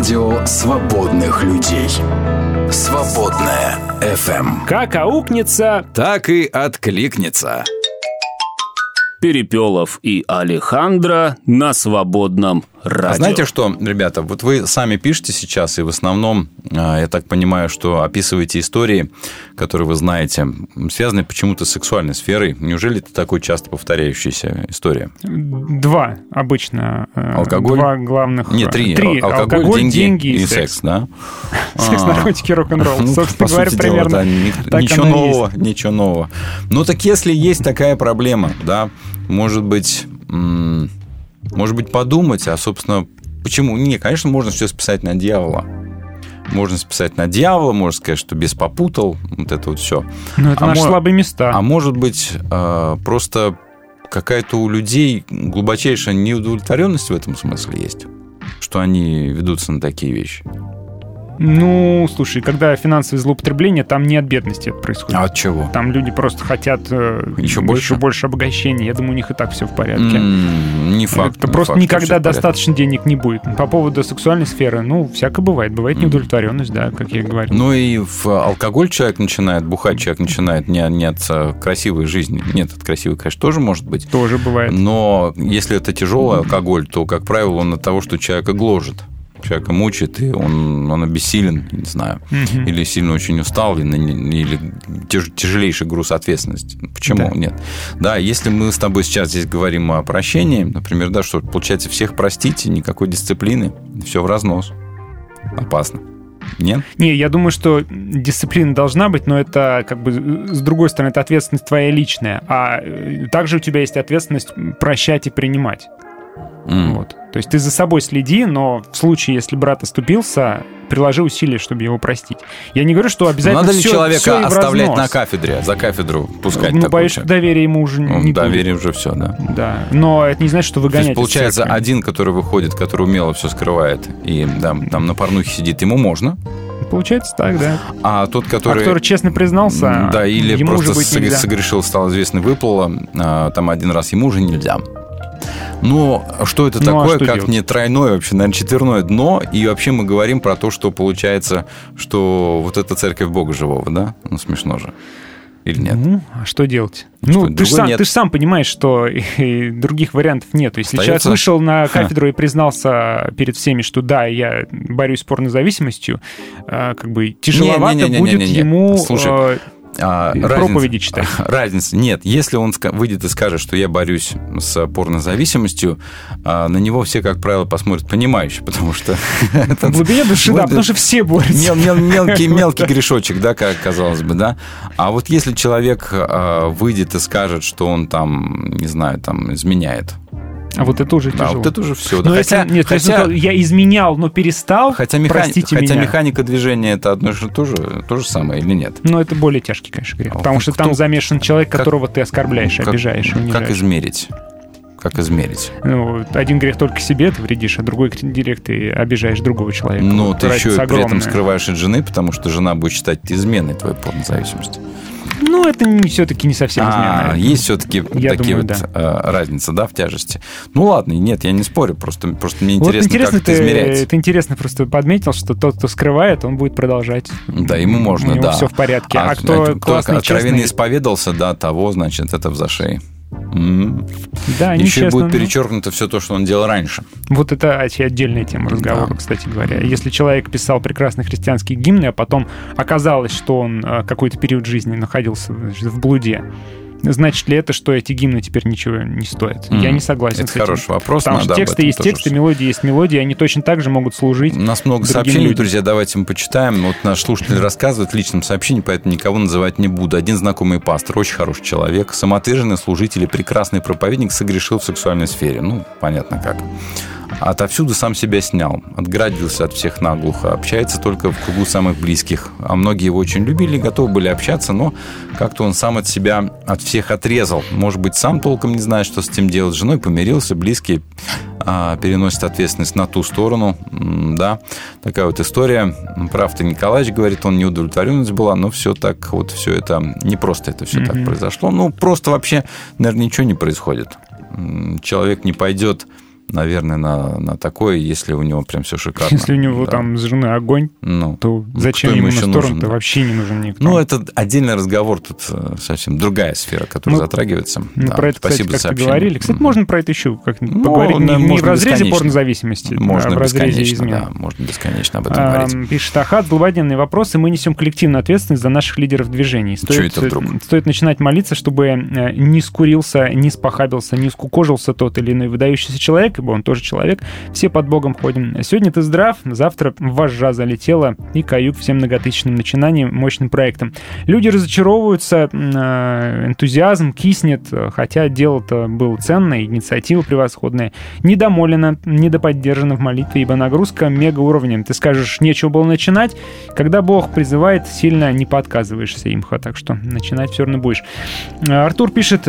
Speaker 1: Радио свободных людей. Свободная FM.
Speaker 4: Как аукнется,
Speaker 2: так и откликнется.
Speaker 4: Перепелов и Алехандро на свободном радио.
Speaker 2: А знаете что, ребята, вот вы сами пишете сейчас, и в основном, я так понимаю, что описываете истории, которые вы знаете, связанные почему-то с сексуальной сферой. Неужели это такой часто повторяющаяся история?
Speaker 3: Два обычно.
Speaker 2: Алкоголь?
Speaker 3: Два главных.
Speaker 2: Нет, три. Алкоголь, деньги и секс, да?
Speaker 3: Секс, наркотики, рок-н-ролл. Собственно говоря, примерно так
Speaker 2: ничего нового. Ну, так если есть такая проблема, да, может быть, подумать, а, собственно, почему? Не, конечно, можно все списать на дьявола. Можно списать на дьявола, можно сказать, что бес попутал, вот это вот все.
Speaker 3: Но это наши слабые места.
Speaker 2: А может быть, просто какая-то у людей глубочайшая неудовлетворенность в этом смысле есть, что они ведутся на такие вещи.
Speaker 3: Ну, слушай, когда финансовые злоупотребления, там не от бедности это происходит.
Speaker 2: А от чего?
Speaker 3: Там люди просто хотят еще больше обогащения. Я думаю, у них и так все в порядке.
Speaker 2: Не факт.
Speaker 3: Это просто никогда достаточно денег не будет. По поводу сексуальной сферы, ну, всякое бывает. Бывает неудовлетворенность, да, как я и говорил.
Speaker 2: Ну, и в алкоголь человек начинает, бухать человек начинает не от красивой жизни. Нет, от красивой, конечно, тоже может быть.
Speaker 3: Тоже бывает.
Speaker 2: Но если это тяжелый алкоголь, то, как правило, он от того, что человека гложет. Человека мучает, и он обессилен, не знаю, или сильно очень устал, или тяжелейший груз ответственности. Почему? Да. Нет. Да, если мы с тобой сейчас здесь говорим о прощении, например, да, что получается всех простить, никакой дисциплины, все в разнос. Опасно. Нет?
Speaker 3: Не, я думаю, что дисциплина должна быть, но это, как бы, с другой стороны, это ответственность твоя личная, а также у тебя есть ответственность прощать и принимать. Вот. То есть ты за собой следи, но в случае, если брат оступился, приложи усилия, чтобы его простить. Я не говорю, что обязательно
Speaker 2: надо ли человека
Speaker 3: все
Speaker 2: оставлять на кафедре, за кафедру пускать?
Speaker 3: Ну, боюсь, что доверие ему уже не будет.
Speaker 2: Доверие уже все, да.
Speaker 3: Да, но это не значит, что выгонять. То есть,
Speaker 2: получается, один, который выходит, который умело все скрывает, и да, там на порнухе сидит, ему можно?
Speaker 3: Получается так, да.
Speaker 2: А тот, который
Speaker 3: честно признался,
Speaker 2: да, или
Speaker 3: ему
Speaker 2: просто
Speaker 3: уже быть нельзя.
Speaker 2: согрешил, стал известно, выплыло, там один раз ему уже нельзя. Но что это такое, как делать? Не тройное, вообще, наверное, четверное дно. И вообще мы говорим про то, что получается, что вот это церковь Бога живого, да? Ну, смешно же. Или нет?
Speaker 3: Ну, а что делать? Ну, ты же сам понимаешь, что и других вариантов нет. Если человек вышел на кафедру и признался перед всеми, что да, я борюсь с порнозависимостью, как бы тяжеловато будет ему...
Speaker 2: Слушай,
Speaker 3: проповеди читать.
Speaker 2: Разница. Нет, если он выйдет и скажет, что я борюсь с порнозависимостью, на него все, как правило, посмотрят понимающе, потому что...
Speaker 3: В глубине души, да, потому что все борются.
Speaker 2: Мелкий грешочек, да, как казалось бы, да. А вот если человек выйдет и скажет, что он там, не знаю, там, изменяет,
Speaker 3: а вот это уже тяжело.
Speaker 2: А вот это уже все.
Speaker 3: Да. Хотя я изменял, но перестал, простите меня.
Speaker 2: Хотя механика движения это одно же то же самое или нет?
Speaker 3: Но это более тяжкий, конечно, грех. Потому что там замешан человек, которого ты оскорбляешь, обижаешь, унижаешь.
Speaker 2: Как измерить? Как измерить?
Speaker 3: Ну, один грех только себе ты вредишь, а другой грех ты обижаешь другого человека.
Speaker 2: Но вот ты еще и при этом скрываешь от жены, потому что жена будет считать изменой твоей порнозависимости.
Speaker 3: Ну, это все-таки не совсем измена.
Speaker 2: Есть все-таки такие вот разницы, да, в тяжести. Ну, ладно, нет, я не спорю, просто мне интересно, как это измеряется.
Speaker 3: Ты интересно просто подметил, что тот, кто скрывает, он будет продолжать.
Speaker 2: Да, ему можно,
Speaker 3: у него все в порядке. А кто классный,
Speaker 2: откровенно исповедался, да, того, значит, это в зашей.
Speaker 3: Да,
Speaker 2: еще будет перечеркнуто все то, что он делал раньше.
Speaker 3: Вот это отдельная тема разговора, да. Кстати говоря. Если человек писал прекрасные христианские гимны, а потом оказалось, что он какой-то период жизни находился в блуде, значит ли это, что эти гимны теперь ничего не стоят? Я не согласен
Speaker 2: это
Speaker 3: с этим.
Speaker 2: Хороший вопрос.
Speaker 3: Потому что тексты есть тексты, мелодии есть мелодии, они точно так же могут служить.
Speaker 2: У нас много сообщений, друзья, давайте мы почитаем. Вот наш слушатель рассказывает в личном сообщении, поэтому никого называть не буду. Один знакомый пастор, очень хороший человек, самоотверженный служитель и прекрасный проповедник согрешил в сексуальной сфере. Ну, понятно как. Отовсюду сам себя снял, отгородился от всех наглухо, общается только в кругу самых близких. А многие его очень любили, готовы были общаться, но как-то он сам от себя, от всех отрезал. Может быть, сам толком не знает, что с этим делать. С женой помирился, близкие переносят ответственность на ту сторону. Да, такая вот история. Прав ты, Николаевич, говорит, он неудовлетворенность была, но все так вот, все это, не просто это все так произошло. Ну, просто вообще, наверное, ничего не происходит. Человек не пойдет наверное, на такое, если у него прям все шикарно.
Speaker 3: Если у него там с женой огонь, то зачем ему на сторону-то вообще не нужен никто.
Speaker 2: Ну, это отдельный разговор, тут совсем другая сфера, которая затрагивается.
Speaker 3: Про это, кстати, как-то говорили. Кстати, можно про это еще как-нибудь поговорить. Не в разрезе порнозависимости, а в разрезе измен.
Speaker 2: Да, можно бесконечно об этом говорить.
Speaker 3: Пишет Ахат, злободневные вопросы. Мы несем коллективную ответственность за наших лидеров движений. Стоит начинать молиться, чтобы не скурился, не спохабился, не скукожился тот или иной выдающийся человек, ибо он тоже человек. Все под Богом ходим. Сегодня ты здрав, завтра вожжа залетела и каюк всем многотысячным начинаниям, мощным проектам. Люди разочаровываются, энтузиазм киснет, хотя дело-то было ценное, инициатива превосходная. Недомолено, недоподдержано в молитве, ибо нагрузка мега уровнем. Ты скажешь, нечего было начинать. Когда Бог призывает, сильно не подказываешься имха, так что начинать все равно будешь. Артур пишет...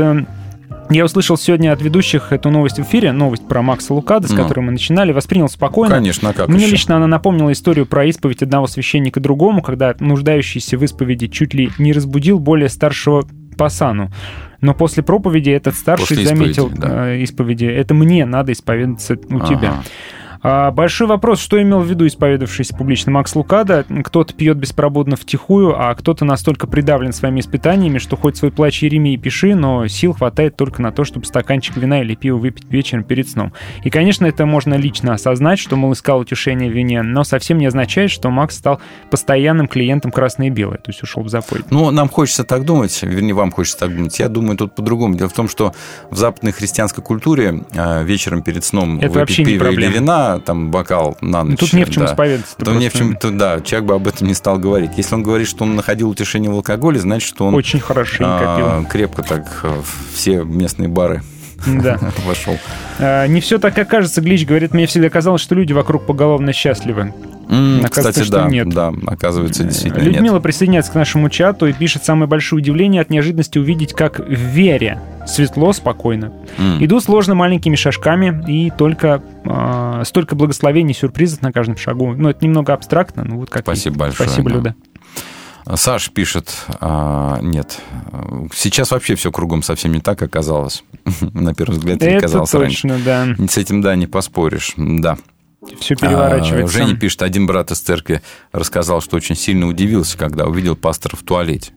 Speaker 3: Я услышал сегодня от ведущих эту новость в эфире, новость про Макса Лукада, с которой мы начинали, воспринял спокойно.
Speaker 2: Конечно, как
Speaker 3: Мне
Speaker 2: еще?
Speaker 3: лично она напомнила историю про исповедь одного священника другому, когда нуждающийся в исповеди чуть ли не разбудил более старшего по сану. Но после проповеди этот старший заметил исповеди, это мне надо исповедаться у тебя. Большой вопрос, что имел в виду исповедовавшийся публично Макс Лукада. Кто-то пьет беспробудно втихую, а кто-то настолько придавлен своими испытаниями, что хоть свой плач Еремии пиши, но сил хватает только на то, чтобы стаканчик вина или пива выпить вечером перед сном. И, конечно, это можно лично осознать, что, мол, искал утешение в вине, но совсем не означает, что Макс стал постоянным клиентом «Красное и белое», то есть ушел в запой.
Speaker 2: Ну, нам хочется так думать, вернее, вам хочется так думать. Я думаю, тут по-другому. Дело в том, что в западной христианской культуре вечером перед сном
Speaker 3: это выпить пиво или вина,
Speaker 2: там бокал на ночь.
Speaker 3: Тут не в чем исповедаться.
Speaker 2: Тут не в чем, человек бы об этом не стал говорить. Если он говорит, что он находил утешение в алкоголе, значит, что он
Speaker 3: очень хорошенько пил.
Speaker 2: Крепко так все местные бары вошел.
Speaker 3: Не все так, как кажется. Глич говорит, мне всегда казалось, что люди вокруг поголовно счастливы.
Speaker 2: Кстати, да, оказывается, действительно нет.
Speaker 3: Людмила присоединяется к нашему чату и пишет: самое большое удивление от неожиданности увидеть, как в вере светло, спокойно. Иду сложно маленькими шажками, и только столько благословений и сюрпризов на каждом шагу. Ну, это немного абстрактно, но вот как
Speaker 2: Спасибо большое.
Speaker 3: Спасибо, Люда.
Speaker 2: Саш пишет, нет, сейчас вообще все кругом совсем не так оказалось. На первый взгляд, это казалось
Speaker 3: точно,
Speaker 2: раньше.
Speaker 3: Да.
Speaker 2: С этим, не поспоришь, да.
Speaker 3: Все переворачивается.
Speaker 2: Женя пишет, один брат из церкви рассказал, что очень сильно удивился, когда увидел пастора в туалете.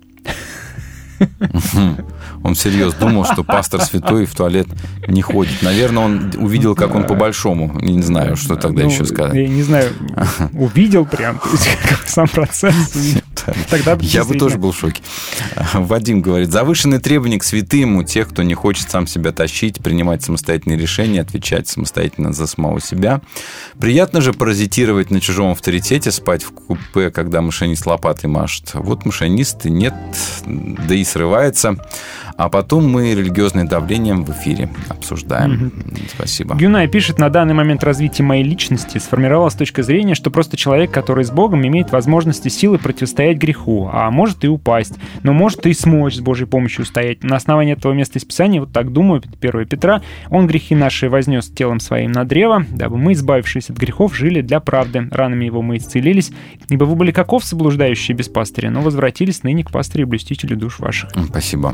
Speaker 2: Он всерьез думал, что пастор святой в туалет не ходит. Наверное, он увидел, как он по-большому. Не знаю, что тогда еще сказать.
Speaker 3: Я не знаю, увидел прям, то есть сам процесс. Тогда
Speaker 2: я бы тоже был в шоке. Вадим говорит, завышенные требования к святым у тех, кто не хочет сам себя тащить, принимать самостоятельные решения, отвечать самостоятельно за самого себя. Приятно же паразитировать на чужом авторитете, спать в купе, когда машинист лопатой машет. Вот машинист нет, да и срывается. А потом мы религиозное давление в эфире обсуждаем. Спасибо.
Speaker 3: Гюнай пишет, на данный момент развития моей личности сформировалась точка зрения, что просто человек, который с Богом, имеет возможности силы противостоять греху, а может и упасть, но может и смочь с Божьей помощью устоять. На основании этого места из Писания, вот так думаю, 1 Петра, он грехи наши вознес телом своим на древо, дабы мы, избавившись от грехов, жили для правды. Ранами его мы исцелились, ибо вы были как овцы, блуждающие без пастыря, но возвратились ныне к пастырю и блюстителю душ ваших.
Speaker 2: Спасибо.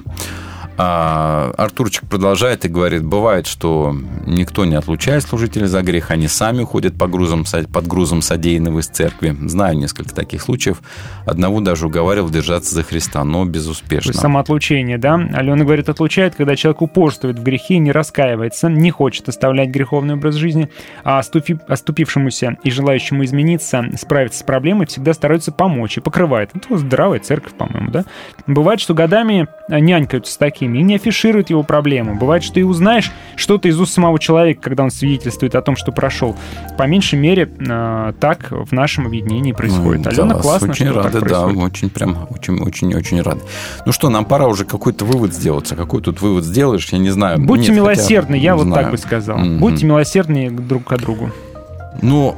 Speaker 2: Артурчик продолжает и говорит, бывает, что никто не отлучает служителей за грех, они сами уходят под грузом содеянного из церкви. Знаю несколько таких случаев. Одного даже уговаривал держаться за Христа, но безуспешно.
Speaker 3: Самоотлучение, да? Алена говорит, отлучает, когда человек упорствует в грехе, не раскаивается, не хочет оставлять греховный образ жизни, а оступившемуся и желающему измениться, справиться с проблемой, всегда стараются помочь и покрывает. Это здравая церковь, по-моему, да? Бывает, что годами нянькаются с такими и не афишируют его проблему. Бывает, что и узнаешь что-то из уст самого человека, когда он свидетельствует о том, что прошел. По меньшей мере, так в нашем объединении происходит. Алена, классно,
Speaker 2: очень
Speaker 3: что
Speaker 2: рады,
Speaker 3: так происходит.
Speaker 2: Очень рады. Ну что, нам пора уже какой-то вывод сделать. А какой тут вывод сделаешь, я не знаю.
Speaker 3: Будьте милосердны, я вот так бы сказал. Будьте милосердны друг к другу.
Speaker 2: Ну,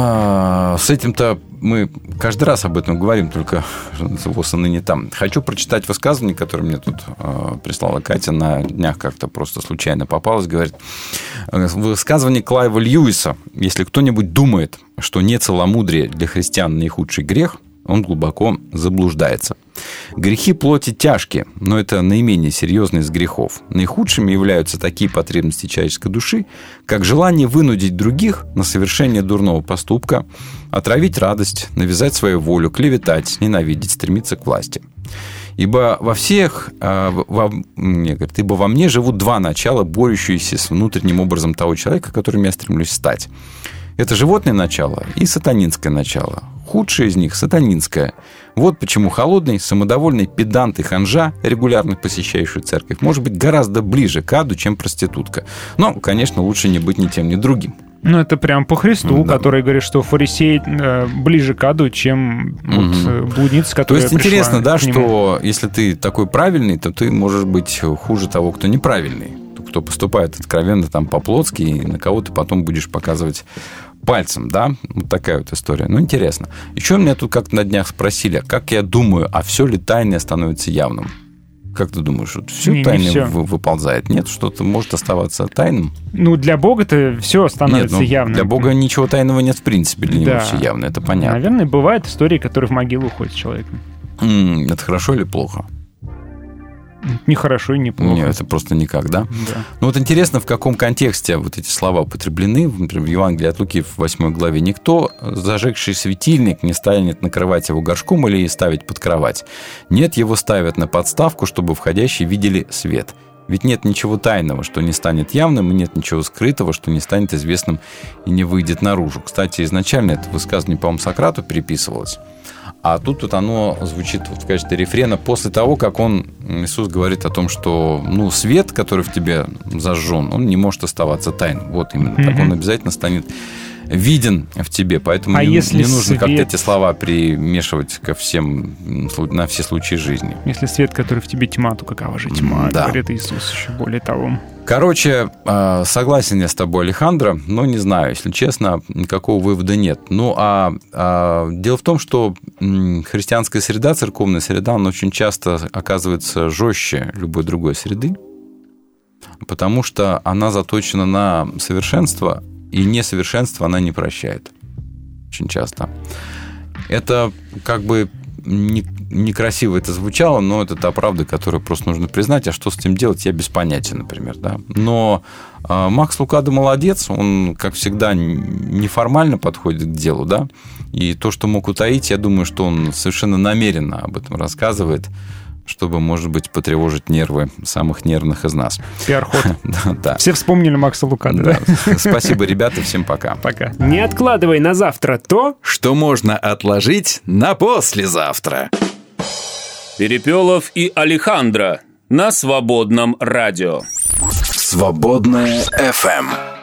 Speaker 2: с этим-то мы каждый раз об этом говорим, только ВОС ныне там. Хочу прочитать высказывание, которое мне тут прислала Катя на днях, как-то просто случайно попалось. Говорит, высказывание Клайва Льюиса. Если кто-нибудь думает, что не целомудрие для христиан наихудший грех, он глубоко заблуждается. Грехи плоти тяжкие, но это наименее серьезные из грехов. Наихудшими являются такие потребности человеческой души, как желание вынудить других на совершение дурного поступка, отравить радость, навязать свою волю, клеветать, ненавидеть, стремиться к власти. Ибо во мне живут два начала, борющиеся с внутренним образом того человека, которым я стремлюсь стать. Это животное начало и сатанинское начало. Худшее из них – сатанинское. Вот почему холодный, самодовольный педант и ханжа, регулярно посещающий церковь, может быть гораздо ближе к аду, чем проститутка. Но, конечно, лучше не быть ни тем, ни другим.
Speaker 3: Ну, это прям по Христу, да. Который говорит, что фарисей ближе к аду, чем блудница, которая пришла.
Speaker 2: То есть интересно, да, что если ты такой правильный, то ты можешь быть хуже того, кто неправильный, кто поступает откровенно там по-плотски, и на кого ты потом будешь показывать пальцем, да? Вот такая вот история. Ну, интересно. Еще меня тут как-то на днях спросили, как я думаю, а все ли тайное становится явным? Как ты думаешь, вот все тайное выползает? Нет, что-то может оставаться тайным?
Speaker 3: Ну, для Бога-то все становится явным.
Speaker 2: Для Бога ничего тайного нет в принципе, для него все явно, это понятно.
Speaker 3: Наверное, бывают истории, которые в могилу уходят с человеком.
Speaker 2: Это хорошо или плохо?
Speaker 3: Не хорошо и не плохо.
Speaker 2: Нет, это просто никак, да?
Speaker 3: Да.
Speaker 2: Ну вот интересно, в каком контексте вот эти слова употреблены. Например, в Евангелии от Луки в 8 главе. «Никто, зажегший светильник, не станет накрывать его горшком или ставить под кровать. Нет, его ставят на подставку, чтобы входящие видели свет. Ведь нет ничего тайного, что не станет явным, и нет ничего скрытого, что не станет известным и не выйдет наружу». Кстати, изначально это высказывание, по-моему, Сократу переписывалось. А тут вот оно звучит вот в качестве рефрена после того, как Иисус говорит о том, что свет, который в тебе зажжен, он не может оставаться тайным. Вот именно так он обязательно станет виден в тебе. Поэтому не нужно как-то эти слова примешивать ко всем, на все случаи жизни.
Speaker 3: Если свет, который в тебе тьма, то какова же тьма, говорит Иисус еще более того.
Speaker 2: Короче, согласен я с тобой, Алехандро, но не знаю, если честно, никакого вывода нет. Дело в том, что христианская среда, церковная среда, она очень часто оказывается жестче любой другой среды, потому что она заточена на совершенство, и несовершенство она не прощает. Очень часто. Это как бы некрасиво это звучало, но это та правда, которую просто нужно признать. А что с этим делать, я без понятия, например. Да? Но Макс Лукадо молодец, он, как всегда, неформально подходит к делу. Да? И то, что мог утаить, я думаю, что он совершенно намеренно об этом рассказывает, чтобы, может быть, потревожить нервы самых нервных из нас.
Speaker 3: Пиар-ход.
Speaker 2: Да.
Speaker 3: Все вспомнили Макса Лукадо.
Speaker 2: Да. Спасибо, ребята, всем пока.
Speaker 3: Пока.
Speaker 10: Не откладывай на завтра то,
Speaker 1: что можно отложить на послезавтра.
Speaker 4: Перепелов и Алехандро на Свободном радио.
Speaker 1: Свободная FM.